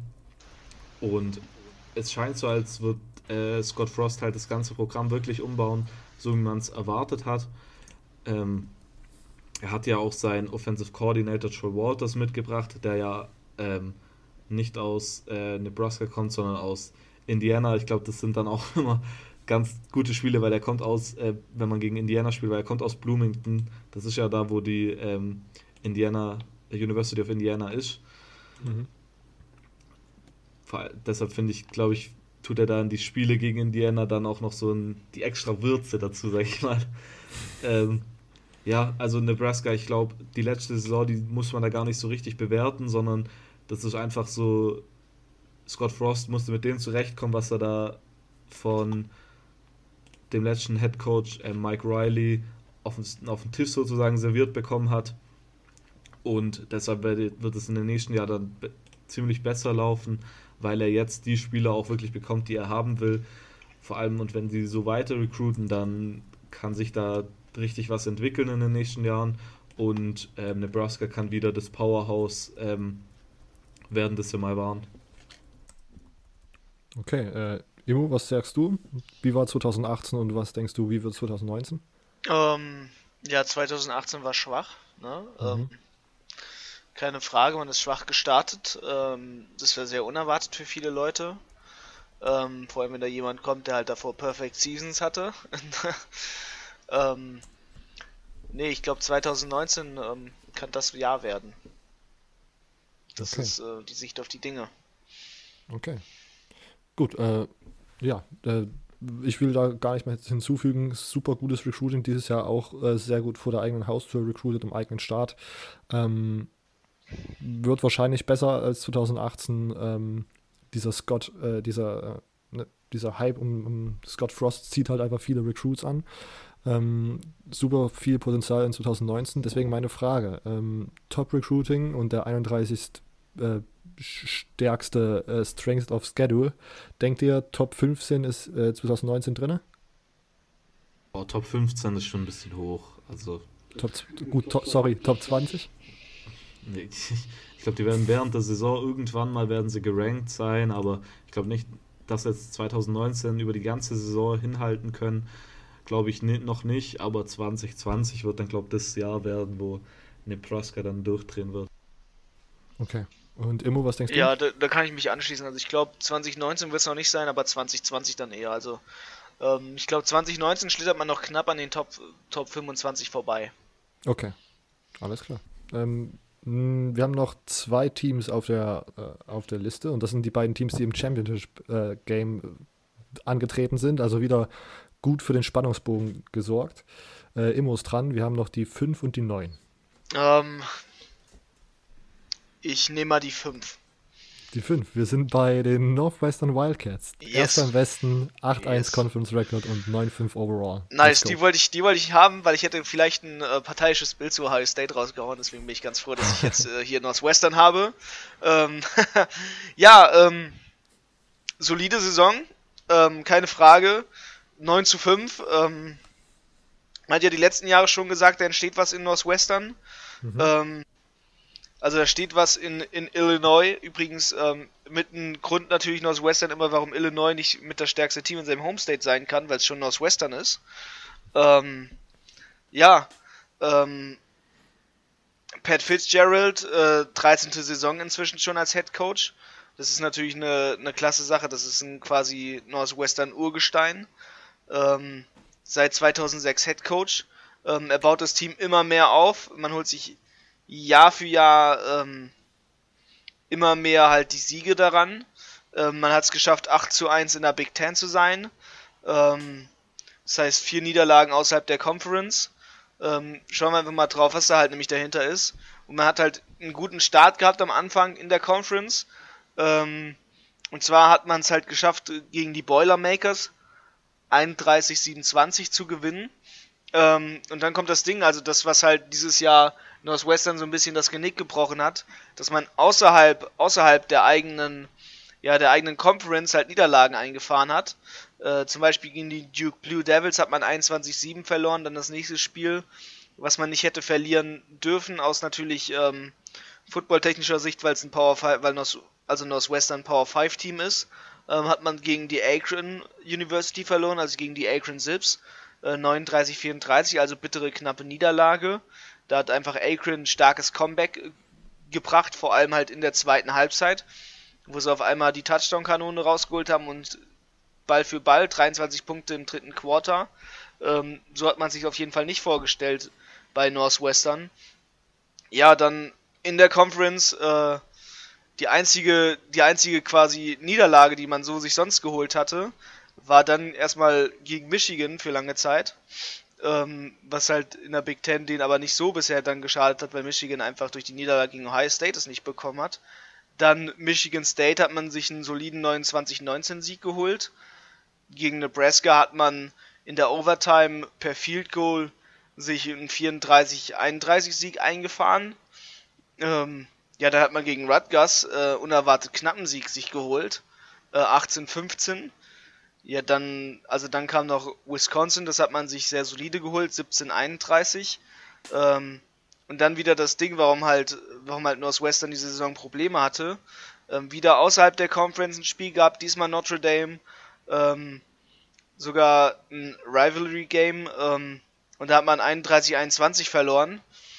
Und es scheint so, als wird äh, Scott Frost halt das ganze Programm wirklich umbauen, so wie man es erwartet hat. Ähm, er hat ja auch seinen Offensive Coordinator Troy Walters mitgebracht, der ja ähm, nicht aus äh, Nebraska kommt, sondern aus Indiana. Ich glaube, das sind dann auch immer ganz gute Spiele, weil er kommt aus, äh, wenn man gegen Indiana spielt, weil er kommt aus Bloomington. Das ist ja da, wo die ähm, Indiana, University of Indiana ist. Mhm. Vor, deshalb finde ich, glaube ich, tut er dann die Spiele gegen Indiana dann auch noch so ein, die extra Würze dazu, sag ich mal. Ähm, ja, also Nebraska, ich glaube, die letzte Saison, die muss man da gar nicht so richtig bewerten, sondern das ist einfach so, Scott Frost musste mit dem zurechtkommen, was er da von dem letzten Head Coach äh, Mike Riley auf den, auf den Tisch sozusagen serviert bekommen hat. Und deshalb wird es in den nächsten Jahren dann be- ziemlich besser laufen, weil er jetzt die Spieler auch wirklich bekommt, die er haben will. Vor allem, und wenn sie so weiter recruiten, dann kann sich da richtig was entwickeln in den nächsten Jahren. Und ähm, Nebraska kann wieder das Powerhouse ähm, werden, das sie mal waren. Okay, äh, Immo, was sagst du? Wie war zwanzig achtzehn und was denkst du, wie wird zwanzig neunzehn? Ähm, ja, zwanzig achtzehn war schwach, ne? Mhm. Ähm, keine Frage, man ist schwach gestartet. Ähm, das war sehr unerwartet für viele Leute. Ähm, vor allem, wenn da jemand kommt, der halt davor Perfect Seasons hatte. ähm, nee, ich glaube zwanzig neunzehn ähm, kann das Jahr werden. Das Okay. ist äh, die Sicht auf die Dinge. Okay. Gut, äh, ja, äh, ich will da gar nicht mehr hinzufügen. Super gutes Recruiting dieses Jahr, auch äh, sehr gut vor der eigenen Haustür recruited, im eigenen Start. Ähm, wird wahrscheinlich besser als zwanzig achtzehn. Ähm, dieser Scott, äh, dieser, äh, ne, dieser Hype um, um Scott Frost zieht halt einfach viele Recruits an. Ähm, super viel Potenzial in zwanzig neunzehn. Deswegen meine Frage: ähm, Top Recruiting und der einunddreißigste Äh, stärkste äh, Strength of Schedule. Denkt ihr, Top fünfzehn ist äh, zwanzig neunzehn drin? Oh, Top fünfzehn ist schon ein bisschen hoch. Also, Top, gut, to, sorry, Top zwanzig? nee, ich glaube, die werden während der Saison irgendwann mal werden sie gerankt sein, aber ich glaube nicht, dass sie jetzt zwanzig neunzehn über die ganze Saison hinhalten können. Glaube ich ni- noch nicht, aber zwanzig zwanzig wird dann, glaube ich, das Jahr werden, wo Nebraska dann durchdrehen wird. Okay. Und Immo, was denkst du? Ja, da, da kann ich mich anschließen. Also ich glaube, zwanzig neunzehn wird es noch nicht sein, aber zwanzig zwanzig dann eher. Also ähm, ich glaube, zwanzig neunzehn schlittert man noch knapp an den Top, Top fünfundzwanzig vorbei. Okay, alles klar. Ähm, mh, wir haben noch zwei Teams auf der, äh, auf der Liste und das sind die beiden Teams, die im Championship-Game äh, angetreten sind. Also wieder gut für den Spannungsbogen gesorgt. Äh, Immo ist dran. Wir haben noch die fünf und die neun. Ähm, ich nehme mal die fünf. Die fünf. Wir sind bei den Northwestern Wildcats. Yes. Erster im Westen, acht eins Yes. Conference Record und neun fünf overall. Nice, Let's go. die wollte ich, die wollte ich haben, weil ich hätte vielleicht ein äh, parteiisches Bild zu Ohio State rausgehauen, deswegen bin ich ganz froh, dass ich jetzt äh, hier Northwestern habe. Ähm, ja, ähm, solide Saison, ähm, keine Frage. neun zu fünf. Ähm, man hat ja die letzten Jahre schon gesagt, da entsteht was in Northwestern. Mhm. Ähm, also da steht was in, in Illinois. Übrigens ähm, mit einem Grund natürlich Northwestern immer, warum Illinois nicht mit das stärkste Team in seinem Homestate sein kann, weil es schon Northwestern ist. Ähm, ja, ähm, Pat Fitzgerald, äh, dreizehnte Saison inzwischen schon als Head Coach. Das ist natürlich eine, eine klasse Sache. Das ist ein quasi Northwestern Urgestein. Ähm, seit zweitausendsechs Head Coach. Ähm, er baut das Team immer mehr auf. Man holt sich Jahr für Jahr ähm, immer mehr halt die Siege daran. Ähm, man hat es geschafft, acht zu eins in der Big Ten zu sein. Ähm, das heißt, vier Niederlagen außerhalb der Conference. Ähm, schauen wir einfach mal drauf, was da halt nämlich dahinter ist. Und man hat halt einen guten Start gehabt am Anfang in der Conference. Ähm, und zwar hat man es halt geschafft, gegen die Boilermakers einunddreißig siebenundzwanzig zu gewinnen. Ähm, und dann kommt das Ding, also das, was halt dieses Jahr Northwestern so ein bisschen das Genick gebrochen hat, dass man außerhalb, außerhalb der eigenen, ja, der eigenen Conference halt Niederlagen eingefahren hat. Äh, zum Beispiel gegen die Duke Blue Devils hat man einundzwanzig sieben verloren, dann das nächste Spiel, was man nicht hätte verlieren dürfen, aus natürlich ähm, footballtechnischer Sicht, weil es ein Power fünf, weil North, also Northwestern Power fünf Team ist, ähm, hat man gegen die Akron University verloren, also gegen die Akron Zips, äh, neununddreißig vierunddreißig, also bittere, knappe Niederlage. Da hat einfach Akron ein starkes Comeback äh, gebracht, vor allem halt in der zweiten Halbzeit, wo sie auf einmal die Touchdown-Kanone rausgeholt haben und Ball für Ball, dreiundzwanzig Punkte im dritten Quarter. Ähm, so hat man sich auf jeden Fall nicht vorgestellt bei Northwestern. Ja, dann in der Conference äh, die einzige, die einzige quasi Niederlage, die man so sich sonst geholt hatte, war dann erstmal gegen Michigan für lange Zeit. Ähm, was halt in der Big Ten den aber nicht so bisher dann geschadet hat, weil Michigan einfach durch die Niederlage gegen Ohio State es nicht bekommen hat. Dann Michigan State hat man sich einen soliden neunundzwanzig neunzehn Sieg geholt. Gegen Nebraska hat man in der Overtime per Field Goal sich einen vierunddreißig einunddreißig Sieg eingefahren. Ähm, ja, da hat man gegen Rutgers äh, unerwartet knappen Sieg sich geholt. Äh, achtzehn fünfzehn. Ja, dann, also dann kam noch Wisconsin, das hat man sich sehr solide geholt, siebzehn einunddreißig. Ähm, und dann wieder das Ding, warum halt, warum halt Northwestern diese Saison Probleme hatte. Ähm, wieder außerhalb der Conference ein Spiel gab, diesmal Notre Dame, ähm, sogar ein Rivalry-Game, ähm, und da hat man einunddreißig einundzwanzig verloren.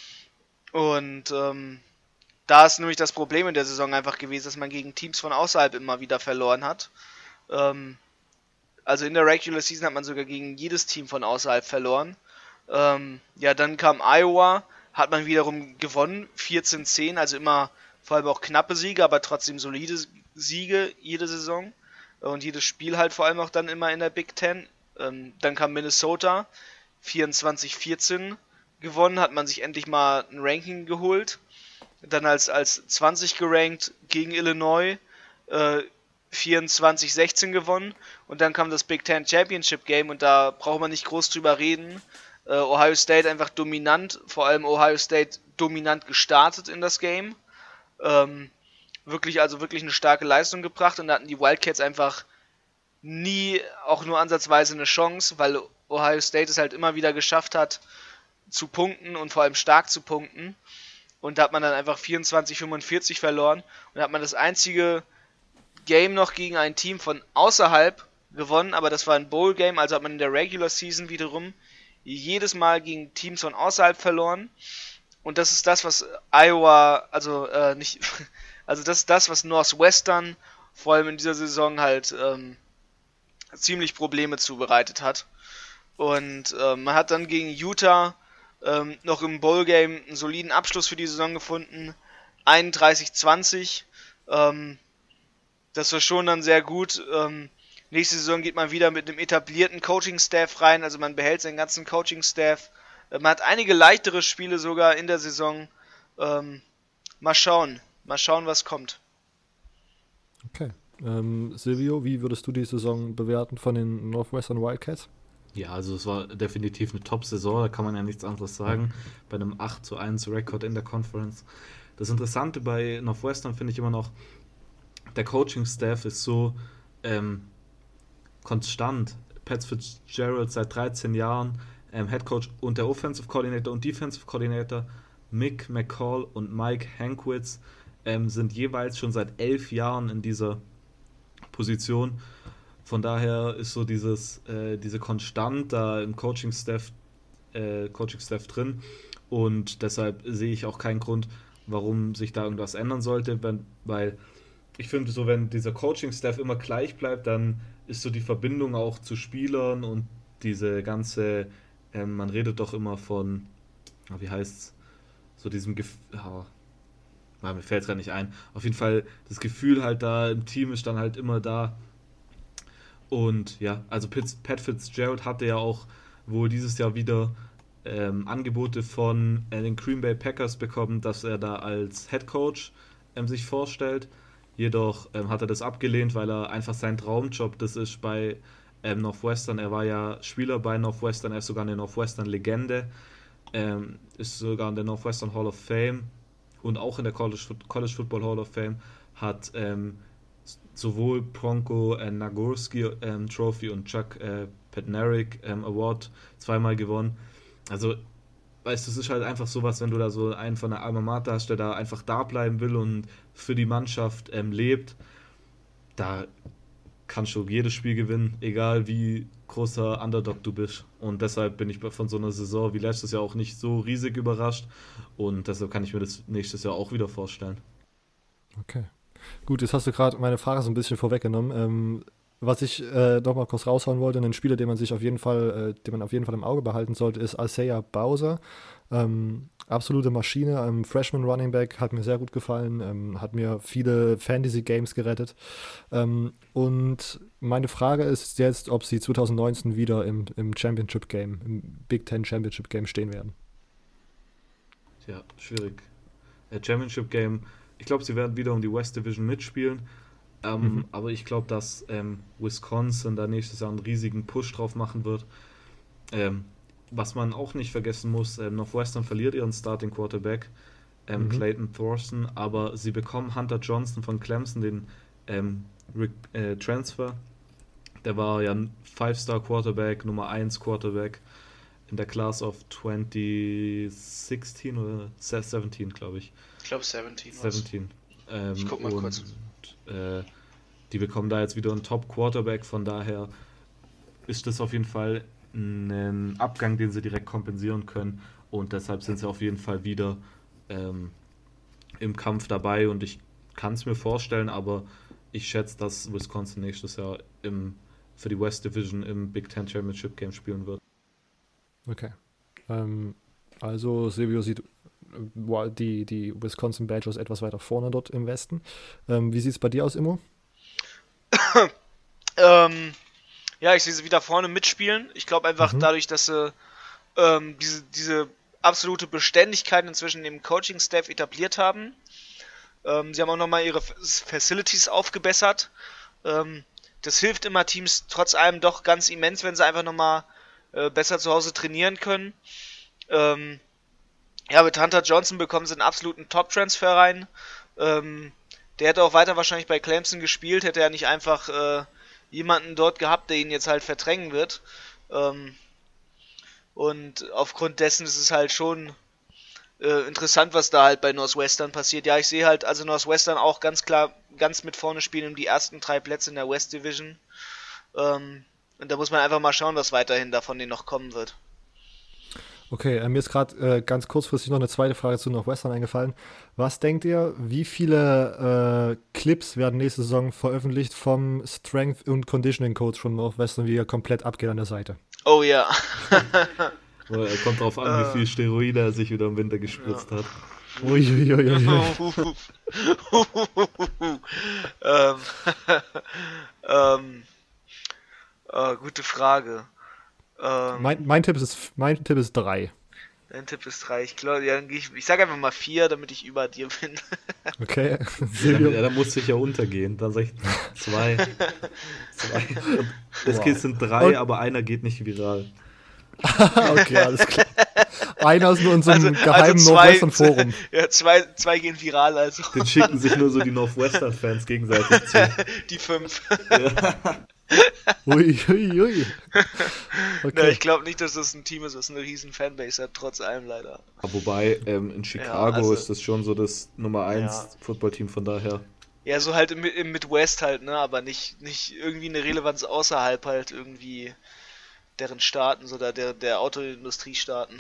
Und ähm, da ist nämlich das Problem in der Saison einfach gewesen, dass man gegen Teams von außerhalb immer wieder verloren hat. Ähm, Also in der Regular Season hat man sogar gegen jedes Team von außerhalb verloren. Ähm, ja, dann kam Iowa, hat man wiederum gewonnen, vierzehn zehn, also immer vor allem auch knappe Siege, aber trotzdem solide Siege jede Saison. Und jedes Spiel halt vor allem auch dann immer in der Big Ten. Ähm, dann kam Minnesota, vierundzwanzig vierzehn gewonnen, hat man sich endlich mal ein Ranking geholt. Dann als, als zwanzig gerankt gegen Illinois, äh, vierundzwanzig sechzehn gewonnen und dann kam das Big Ten Championship Game und da braucht man nicht groß drüber reden. Äh, Ohio State einfach dominant, vor allem Ohio State dominant gestartet in das Game. Ähm, wirklich, also wirklich eine starke Leistung gebracht und da hatten die Wildcats einfach nie auch nur ansatzweise eine Chance, weil Ohio State es halt immer wieder geschafft hat zu punkten und vor allem stark zu punkten. Und da hat man dann einfach vierundzwanzig fünfundvierzig verloren und da hat man das einzige Game noch gegen ein Team von außerhalb gewonnen, aber das war ein Bowl-Game, also hat man in der Regular Season wiederum jedes Mal gegen Teams von außerhalb verloren. Und das ist das, was Iowa, also äh, nicht, also das ist das, was Northwestern vor allem in dieser Saison halt ähm, ziemlich Probleme zubereitet hat. Und äh, man hat dann gegen Utah ähm, noch im Bowl-Game einen soliden Abschluss für die Saison gefunden, einunddreißig zwanzig. Ähm, Das war schon dann sehr gut. Ähm, nächste Saison geht man wieder mit einem etablierten Coaching-Staff rein, also man behält seinen ganzen Coaching-Staff. Äh, man hat einige leichtere Spiele sogar in der Saison. Ähm, mal schauen, mal schauen, was kommt. Okay. Ähm, Silvio, wie würdest du die Saison bewerten von den Northwestern Wildcats? Ja, also es war definitiv eine Top-Saison, da kann man ja nichts anderes sagen. Bei einem acht zu eins Rekord in der Conference. Das Interessante bei Northwestern finde ich immer noch, der Coaching-Staff ist so ähm, konstant. Pat Fitzgerald seit dreizehn Jahren, ähm, Head Coach und der Offensive Coordinator und Defensive Coordinator Mick McCall und Mike Hankwitz ähm, sind jeweils schon seit elf Jahren in dieser Position. Von daher ist so dieses äh, diese Konstant da im Coaching-Staff äh, Coaching-Staff drin und deshalb sehe ich auch keinen Grund, warum sich da irgendwas ändern sollte, wenn, weil ich finde so, wenn dieser Coaching-Staff immer gleich bleibt, dann ist so die Verbindung auch zu Spielern und diese ganze, ähm, man redet doch immer von, wie heißt's, so diesem Gefühl, oh, mir fällt es gerade nicht ein, auf jeden Fall das Gefühl halt da im Team ist dann halt immer da und ja, also Pat Fitzgerald hatte ja auch wohl dieses Jahr wieder ähm, Angebote von äh, den Green Bay Packers bekommen, dass er da als Head Coach ähm, sich vorstellt. Jedoch ähm, hat er das abgelehnt, weil er einfach sein Traumjob, das ist bei ähm, Northwestern, er war ja Spieler bei Northwestern, er ist sogar eine Northwestern-Legende, ähm, ist sogar in der Northwestern Hall of Fame und auch in der College, College Football Hall of Fame, hat ähm, sowohl Bronco äh, Nagurski ähm, Trophy und Chuck äh, Bednarik ähm, Award zweimal gewonnen. Also weißt du, es ist halt einfach sowas, wenn du da so einen von der Alma Mater hast, der da einfach da bleiben will und für die Mannschaft ähm, lebt, da kannst du jedes Spiel gewinnen, egal wie großer Underdog du bist. Und deshalb bin ich von so einer Saison wie letztes Jahr auch nicht so riesig überrascht und deshalb kann ich mir das nächstes Jahr auch wieder vorstellen. Okay. Gut, jetzt hast du gerade meine Frage so ein bisschen vorweggenommen. Ähm, was ich äh, noch mal kurz raushauen wollte, ein Spieler, den man sich auf jeden Fall, äh, den man auf jeden Fall im Auge behalten sollte, ist Isaiah Bowser. Ähm, absolute Maschine. Ähm, Freshman Running Back hat mir sehr gut gefallen, ähm, hat mir viele Fantasy-Games gerettet. Ähm, und meine Frage ist jetzt, ob sie zwanzig neunzehn wieder im, im Championship-Game, im Big Ten Championship-Game stehen werden. Ja, schwierig. Der Championship-Game, ich glaube, sie werden wieder um die West Division mitspielen. Ähm, mhm. Aber ich glaube, dass ähm, Wisconsin da nächstes Jahr einen riesigen Push drauf machen wird. Ähm, was man auch nicht vergessen muss, ähm, Northwestern verliert ihren Starting Quarterback, ähm, mhm. Clayton Thorson, aber sie bekommen Hunter Johnson von Clemson, den ähm, Re- äh, Transfer. Der war ja ein Five-Star Quarterback, Nummer eins Quarterback in der Class of zwanzig sechzehn oder siebzehn, glaube ich. Ich glaube siebzehn. siebzehn. Ähm, ich guck mal und, kurz. Äh, die bekommen da jetzt wieder einen Top-Quarterback, von daher ist das auf jeden Fall ein Abgang, den sie direkt kompensieren können, und deshalb sind sie auf jeden Fall wieder ähm, im Kampf dabei, und ich kann es mir vorstellen, aber ich schätze, dass Wisconsin nächstes Jahr im, für die West Division im Big Ten Championship Game spielen wird. Okay. Ähm, also Silvio sieht die, die Wisconsin Badgers etwas weiter vorne dort im Westen. Ähm, wie sieht es bei dir aus, Immo? ähm, ja, ich sehe sie wieder vorne mitspielen. Ich glaube einfach mhm. dadurch, dass sie ähm, diese, diese absolute Beständigkeit inzwischen im Coaching-Staff etabliert haben. Ähm, sie haben auch nochmal ihre Facilities aufgebessert. Ähm, das hilft immer Teams trotz allem doch ganz immens, wenn sie einfach nochmal äh, besser zu Hause trainieren können. Ähm, ja, mit Hunter Johnson bekommen sie einen absoluten Top-Transfer rein. Ähm, der hätte auch weiter wahrscheinlich bei Clemson gespielt, hätte er nicht einfach äh, jemanden dort gehabt, der ihn jetzt halt verdrängen wird. Ähm, und aufgrund dessen ist es halt schon äh, interessant, was da halt bei Northwestern passiert. Ja, ich sehe halt also Northwestern auch ganz klar ganz mit vorne spielen um die ersten drei Plätze in der West Division. Ähm, und da muss man einfach mal schauen, was weiterhin da von denen noch kommen wird. Okay, äh, mir ist gerade äh, ganz kurzfristig noch eine zweite Frage zu Northwestern eingefallen. Was denkt ihr, wie viele äh, Clips werden nächste Saison veröffentlicht vom Strength- und Conditioning-Coach von Northwestern, wie er komplett abgeht an der Seite? Oh ja. Er kommt drauf an, wie viel Steroide er sich wieder im Winter gespritzt ja. hat. Uiuiui. ähm, ähm, äh, gute Frage. Ähm, mein, mein, Tipp ist, mein Tipp ist drei. Dein Tipp ist drei. Ich glaube, ja, ich, ich sage einfach mal vier, damit ich über dir bin. Okay. Ja, ja, da muss ich ja untergehen. Dann sage ich zwei. zwei. Es wow. sind drei, und? Aber einer geht nicht viral. Okay, alles klar. Einer ist nur in so einem also, geheimen also zwei, Northwestern-Forum. Ja, zwei, zwei gehen viral, also. Den schicken sich nur so die Northwestern-Fans gegenseitig zu. Die fünf. Ja. Ui, ui, ui. Okay. Ja, ich glaube nicht, dass das ein Team ist, was eine riesen Fanbase hat, trotz allem leider. Wobei, ähm, in Chicago ja, also, ist das schon so das Nummer eins ja. Footballteam, von daher. Ja, so halt im, im Midwest halt, ne, aber nicht, nicht irgendwie eine Relevanz außerhalb halt irgendwie deren Staaten oder der, der Autoindustriestaaten.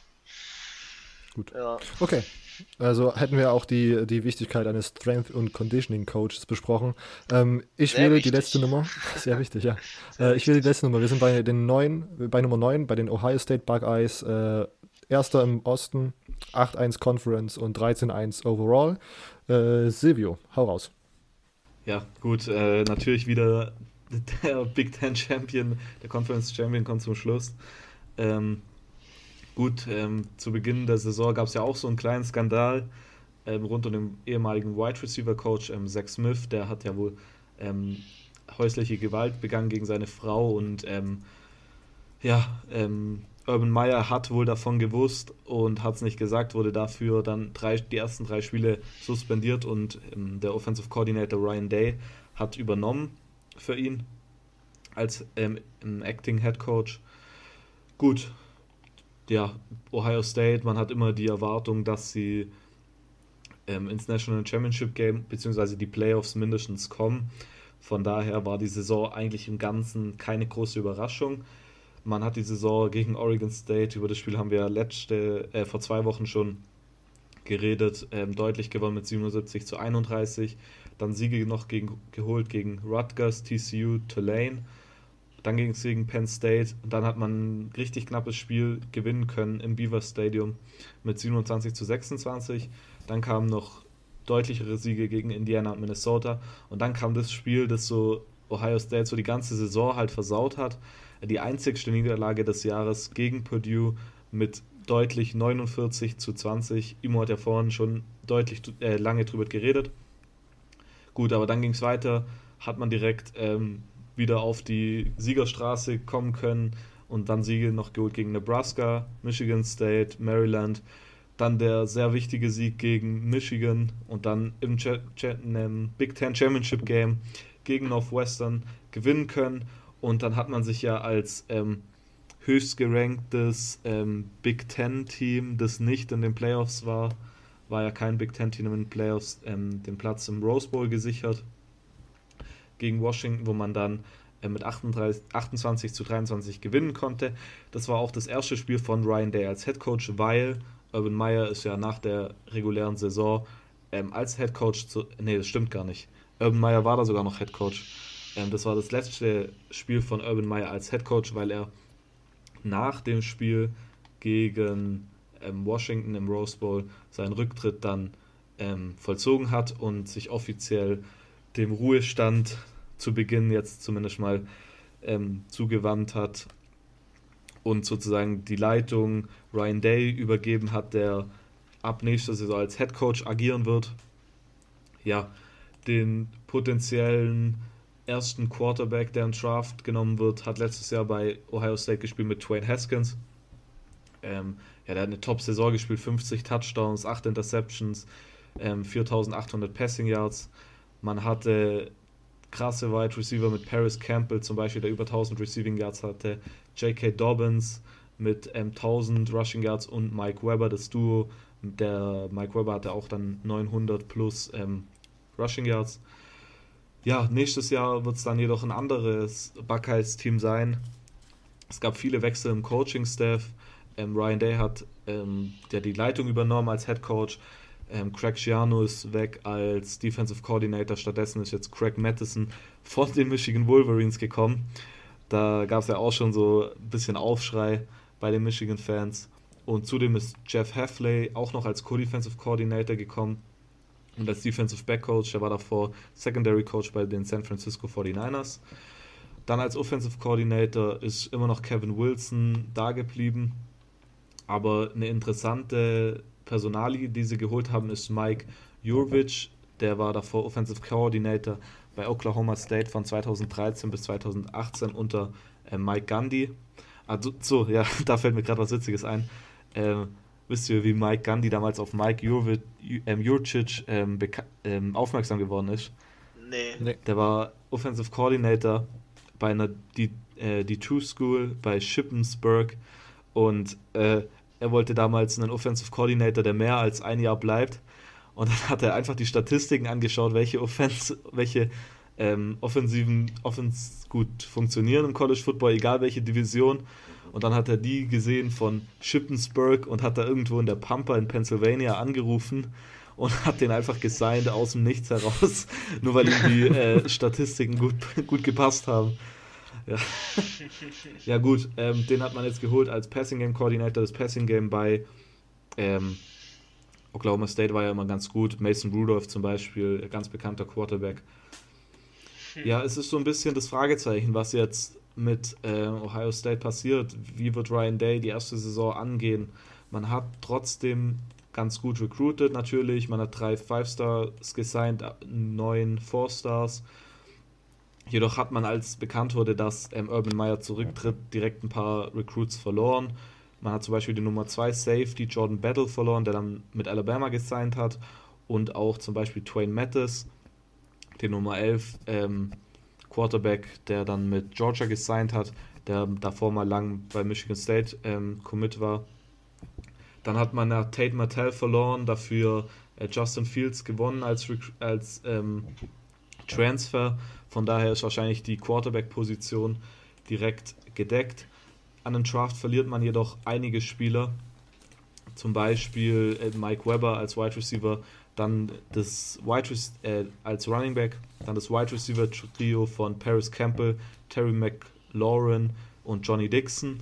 Gut. Ja. Okay. Also hätten wir auch die, die Wichtigkeit eines Strength- und Conditioning-Coaches besprochen. Ähm, ich Sehr wähle wichtig. die letzte Nummer. Sehr wichtig, ja. Sehr äh, ich wähle die letzte Nummer. Wir sind bei den neun, bei Nummer neun, bei den Ohio State Buckeyes. Äh, Erster im Osten, acht eins Conference und dreizehn eins Overall. Äh, Silvio, hau raus. Ja, gut. Äh, natürlich wieder der Big Ten Champion, der Conference Champion kommt zum Schluss. Ähm, Gut, ähm, zu Beginn der Saison gab es ja auch so einen kleinen Skandal ähm, rund um den ehemaligen Wide Receiver Coach ähm, Zach Smith. Der hat ja wohl ähm, häusliche Gewalt begangen gegen seine Frau, und ähm, ja, ähm, Urban Meyer hat wohl davon gewusst und hat es nicht gesagt, wurde dafür dann drei, die ersten drei Spiele suspendiert, und ähm, der Offensive Coordinator Ryan Day hat übernommen für ihn als ähm, Acting Head Coach. Gut. Ja, Ohio State, man hat immer die Erwartung, dass sie ähm, ins National Championship Game bzw. die Playoffs mindestens kommen. Von daher war die Saison eigentlich im Ganzen keine große Überraschung. Man hat die Saison gegen Oregon State, über das Spiel haben wir letzte, äh, vor zwei Wochen schon geredet, ähm, deutlich gewonnen mit siebenundsiebzig zu einunddreißig. Dann Siege noch gegen, geholt gegen Rutgers, T C U, Tulane. Dann ging es gegen Penn State und dann hat man ein richtig knappes Spiel gewinnen können im Beaver Stadium mit siebenundzwanzig zu sechsundzwanzig. Dann kamen noch deutlichere Siege gegen Indiana und Minnesota und dann kam das Spiel, das so Ohio State so die ganze Saison halt versaut hat. Die einzigste Niederlage des Jahres gegen Purdue mit deutlich neunundvierzig zu zwanzig. Imo hat ja vorhin schon deutlich äh, lange drüber geredet. Gut, aber dann ging es weiter, hat man direkt ähm, wieder auf die Siegerstraße kommen können und dann Siege noch geholt gegen Nebraska, Michigan State, Maryland, dann der sehr wichtige Sieg gegen Michigan und dann im Ch- Ch- Big Ten Championship Game gegen Northwestern gewinnen können und dann hat man sich ja als ähm, höchst geranktes ähm, Big Ten Team, das nicht in den Playoffs war, war ja kein Big Ten Team in den Playoffs, ähm, den Platz im Rose Bowl gesichert gegen Washington, wo man dann äh, mit achtunddreißig, achtundzwanzig zu dreiundzwanzig gewinnen konnte. Das war auch das erste Spiel von Ryan Day als Head Coach, weil Urban Meyer ist ja nach der regulären Saison ähm, als Head Coach zu, nee, das stimmt gar nicht. Urban Meyer war da sogar noch Head Coach. Ähm, das war das letzte Spiel von Urban Meyer als Head Coach, weil er nach dem Spiel gegen ähm, Washington im Rose Bowl seinen Rücktritt dann ähm, vollzogen hat und sich offiziell dem Ruhestand zu Beginn jetzt zumindest mal ähm, zugewandt hat und sozusagen die Leitung Ryan Day übergeben hat, der ab nächster Saison als Head Coach agieren wird. Ja, den potenziellen ersten Quarterback, der im Draft genommen wird, hat letztes Jahr bei Ohio State gespielt mit Dwayne Haskins. Ähm, ja, der hat eine Top-Saison gespielt, fünfzig Touchdowns, acht Interceptions, ähm, viertausendachthundert Passing Yards. Man hatte krasse Wide Receiver mit Paris Campbell zum Beispiel, der über tausend Receiving Yards hatte, J K. Dobbins mit ähm, tausend Rushing Yards und Mike Weber, das Duo. Der Mike Weber hatte auch dann neunhundert plus ähm, Rushing Yards. Ja, nächstes Jahr wird es dann jedoch ein anderes Buckeyes-Team sein. Es gab viele Wechsel im Coaching-Staff. Ähm, Ryan Day hat ähm, der die Leitung übernommen als Head Coach. Ähm, Craig Schiano ist weg als Defensive Coordinator. Stattdessen ist jetzt Craig Matheson von den Michigan Wolverines gekommen. Da gab es ja auch schon so ein bisschen Aufschrei bei den Michigan-Fans. Und zudem ist Jeff Hafley auch noch als Co-Defensive Coordinator gekommen. Und als Defensive Back Coach, der war davor Secondary Coach bei den San Francisco forty-niners. Dann als Offensive Coordinator ist immer noch Kevin Wilson da geblieben. Aber eine interessante Personalie, die sie geholt haben, ist Mike Jurevich. Der war davor Offensive Coordinator bei Oklahoma State von zweitausenddreizehn bis zweitausendachtzehn unter äh, Mike Gundy. Also, so, ja, da fällt mir gerade was Witziges ein. Ähm, wisst ihr, wie Mike Gundy damals auf Mike Jurevich, ähm, Jurčić ähm, beka- ähm, aufmerksam geworden ist? Nee. Nee. Der war Offensive Coordinator bei einer D zwei School bei Shippensburg und äh, er wollte damals einen Offensive Coordinator, der mehr als ein Jahr bleibt. Und dann hat er einfach die Statistiken angeschaut, welche Offense, welche ähm, Offensiven Offens gut funktionieren im College Football, egal welche Division. Und dann hat er die gesehen von Shippensburg und hat da irgendwo in der Pampa in Pennsylvania angerufen und hat den einfach gesigned aus dem Nichts heraus, nur weil ihm die äh, Statistiken gut, gut gepasst haben. Ja, ja gut, ähm, den hat man jetzt geholt als Passing Game Coordinator. Das Passing Game bei ähm, Oklahoma State war ja immer ganz gut. Mason Rudolph zum Beispiel, ganz bekannter Quarterback. Ja, es ist so ein bisschen das Fragezeichen, was jetzt mit äh, Ohio State passiert. Wie wird Ryan Day die erste Saison angehen? Man hat trotzdem ganz gut recruited natürlich. Man hat drei Five-Stars gesigned, neun Four-Stars. Jedoch hat man, als bekannt wurde, dass ähm, Urban Meyer zurücktritt, direkt ein paar Recruits verloren. Man hat zum Beispiel die Nummer zwei Safety Jordan Battle verloren, der dann mit Alabama gesigned hat. Und auch zum Beispiel Dwayne Mathis, den Nummer elf ähm, Quarterback, der dann mit Georgia gesigned hat, der davor mal lang bei Michigan State ähm, Commit war. Dann hat man ja Tate Martell verloren, dafür äh, Justin Fields gewonnen als, als ähm, Transfer. Von daher ist wahrscheinlich die Quarterback-Position direkt gedeckt. An den Draft verliert man jedoch einige Spieler. Zum Beispiel äh, Mike Weber als Wide Receiver, dann das Wide Re- äh, als Running Back, dann das Wide Receiver Trio von Paris Campbell, Terry Mc, Lauren und Johnny Dixon.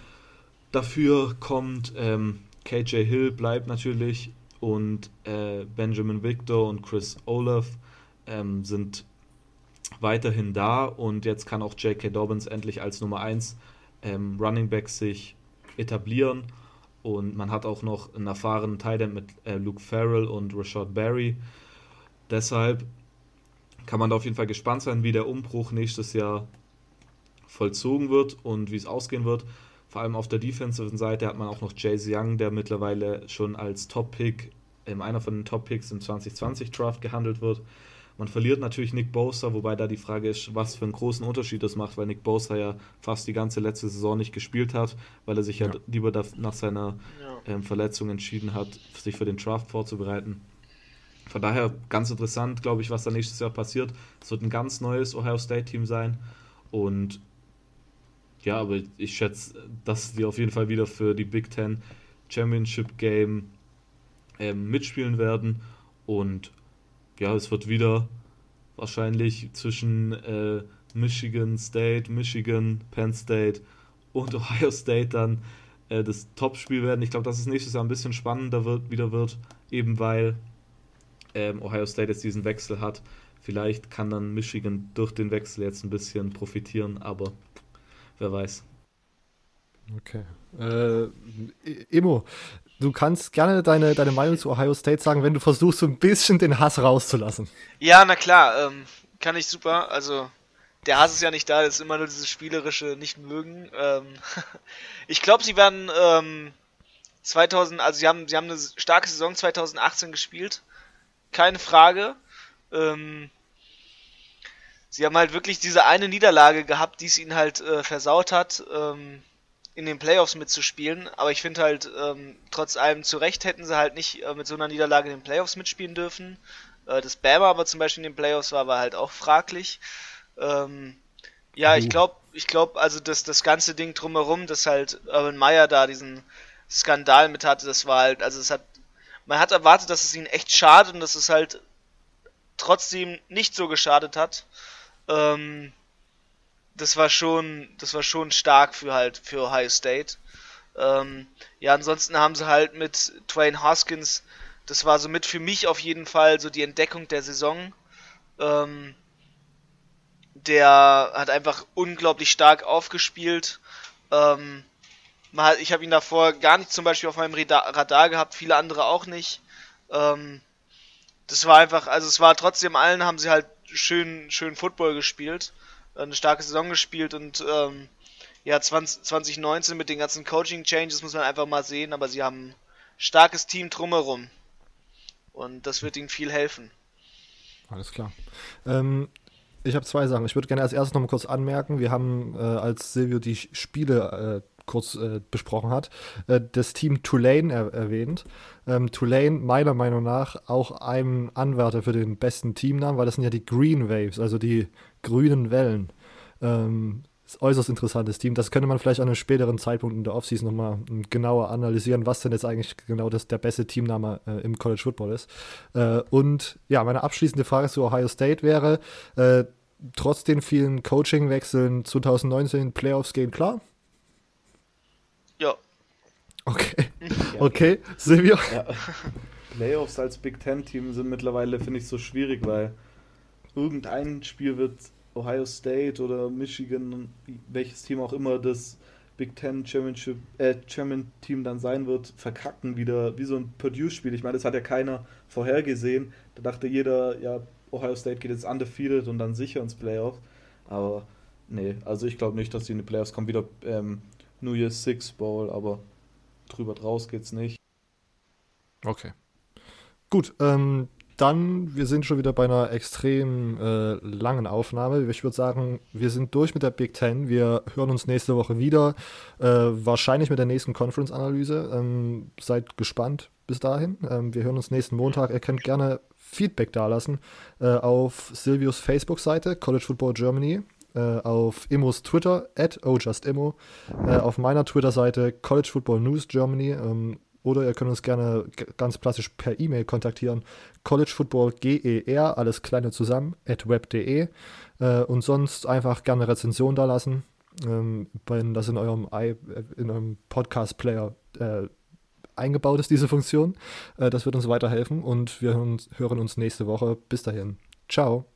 Dafür kommt ähm, K J Hill bleibt natürlich und äh, Benjamin Victor und Chris Olaf ähm, sind weiterhin da und jetzt kann auch J K. Dobbins endlich als Nummer eins ähm, Running Back sich etablieren und man hat auch noch einen erfahrenen Tight End mit äh, Luke Farrell und Rashad Berry. Deshalb kann man da auf jeden Fall gespannt sein, wie der Umbruch nächstes Jahr vollzogen wird und wie es ausgehen wird. Vor allem auf der defensiven Seite hat man auch noch Chase Young, der mittlerweile schon als Top-Pick, ähm, einer von den Top-Picks im zwanzig zwanzig Draft gehandelt wird. Man verliert natürlich Nick Bosa, wobei da die Frage ist, was für einen großen Unterschied das macht, weil Nick Bosa ja fast die ganze letzte Saison nicht gespielt hat, weil er sich ja, ja lieber da nach seiner ja. ähm, Verletzung entschieden hat, sich für den Draft vorzubereiten. Von daher ganz interessant, glaube ich, was da nächstes Jahr passiert. Es wird ein ganz neues Ohio State-Team sein und ja, aber ich schätze, dass die auf jeden Fall wieder für die Big Ten Championship Game ähm, mitspielen werden und ja, es wird wieder wahrscheinlich zwischen äh, Michigan State, Michigan, Penn State und Ohio State dann äh, das Topspiel werden. Ich glaube, dass es nächstes Jahr ein bisschen spannender wird, wieder wird, eben weil ähm, Ohio State jetzt diesen Wechsel hat. Vielleicht kann dann Michigan durch den Wechsel jetzt ein bisschen profitieren, aber wer weiß. Okay. Äh, Immo, du kannst gerne deine, deine Meinung zu Ohio State sagen, wenn du versuchst, so ein bisschen den Hass rauszulassen. Ja, na klar, ähm, kann ich super. Also, der Hass ist ja nicht da, das ist immer nur dieses spielerische Nicht-Mögen. Ähm, ich glaube, sie werden ähm, zweitausend, also sie haben, sie haben eine starke Saison zwanzig achtzehn gespielt. Keine Frage. Ähm, sie haben halt wirklich diese eine Niederlage gehabt, die es ihnen halt äh, versaut hat, ähm, in den Playoffs mitzuspielen, aber ich finde halt, ähm, trotz allem zu Recht hätten sie halt nicht äh, mit so einer Niederlage in den Playoffs mitspielen dürfen. Äh, das Bama aber zum Beispiel in den Playoffs war, war halt auch fraglich. Ähm, ja, uh. ich glaube, ich glaube, also das, das ganze Ding drumherum, dass halt Urban Meyer da diesen Skandal mit hatte, das war halt, also es hat, man hat erwartet, dass es ihnen echt schadet und dass es halt trotzdem nicht so geschadet hat. Ähm, Das war schon, das war schon stark für halt für Ohio State. Ähm, ja, ansonsten haben sie halt mit Dwayne Haskins, das war so mit für mich auf jeden Fall so die Entdeckung der Saison. Ähm, der hat einfach unglaublich stark aufgespielt. Ähm, man hat, ich habe ihn davor gar nicht zum Beispiel auf meinem Radar gehabt, viele andere auch nicht. Ähm, das war einfach, also es war trotzdem allen, haben sie halt schön, schön Football gespielt. Eine starke Saison gespielt und ähm, ja, zwanzig, zwanzig neunzehn mit den ganzen Coaching-Changes muss man einfach mal sehen, aber sie haben ein starkes Team drumherum und das wird ihnen viel helfen. Alles klar. Ähm, ich habe zwei Sachen. Ich würde gerne als erstes noch mal kurz anmerken, wir haben, äh, als Silvio die Spiele äh, kurz äh, besprochen hat, äh, das Team Tulane er- erwähnt. Ähm, Tulane meiner Meinung nach auch ein Anwärter für den besten Teamnamen, weil das sind ja die Green Waves, also die grünen Wellen. Ähm, ist ein äußerst interessantes Team. Das könnte man vielleicht an einem späteren Zeitpunkt in der Offseason nochmal genauer analysieren, was denn jetzt eigentlich genau das, der beste Teamname äh, im College Football ist. Äh, und ja, meine abschließende Frage zu Ohio State wäre, äh, trotz den vielen Coaching-Wechseln zwanzig neunzehn Playoffs gehen klar? Ja. Okay. Okay, Silvio? Ja. Playoffs als Big Ten-Team sind mittlerweile, finde ich, so schwierig, weil irgendein Spiel wird Ohio State oder Michigan, welches Team auch immer das Big Ten Championship, äh, Champion-Team dann sein wird, verkacken wieder, wie so ein Purdue-Spiel. Ich meine, das hat ja keiner vorhergesehen. Da dachte jeder, ja, Ohio State geht jetzt undefeated und dann sicher ins Playoffs. Aber nee, also ich glaube nicht, dass die in die Playoffs kommen. Wieder ähm, New Year's Six Bowl, aber drüber draus geht's nicht. Okay. Gut, ähm, dann, wir sind schon wieder bei einer extrem äh, langen Aufnahme. Ich würde sagen, wir sind durch mit der Big Ten. Wir hören uns nächste Woche wieder, äh, wahrscheinlich mit der nächsten Conference-Analyse. Ähm, seid gespannt bis dahin. Ähm, wir hören uns nächsten Montag. Ihr könnt gerne Feedback dalassen äh, auf Silvios Facebook-Seite, College Football Germany, äh, auf Immos Twitter, at ojustimmo, äh, auf meiner Twitter-Seite College Football News Germany, ähm, oder ihr könnt uns gerne g- ganz klassisch per E-Mail kontaktieren. collegefootballger, alles kleine zusammen, at web punkt de. Äh, und sonst einfach gerne Rezension da lassen. ähm, wenn das in eurem, I, in eurem Podcast-Player äh, eingebaut ist, diese Funktion. Äh, das wird uns weiterhelfen und wir hören, hören uns nächste Woche. Bis dahin. Ciao.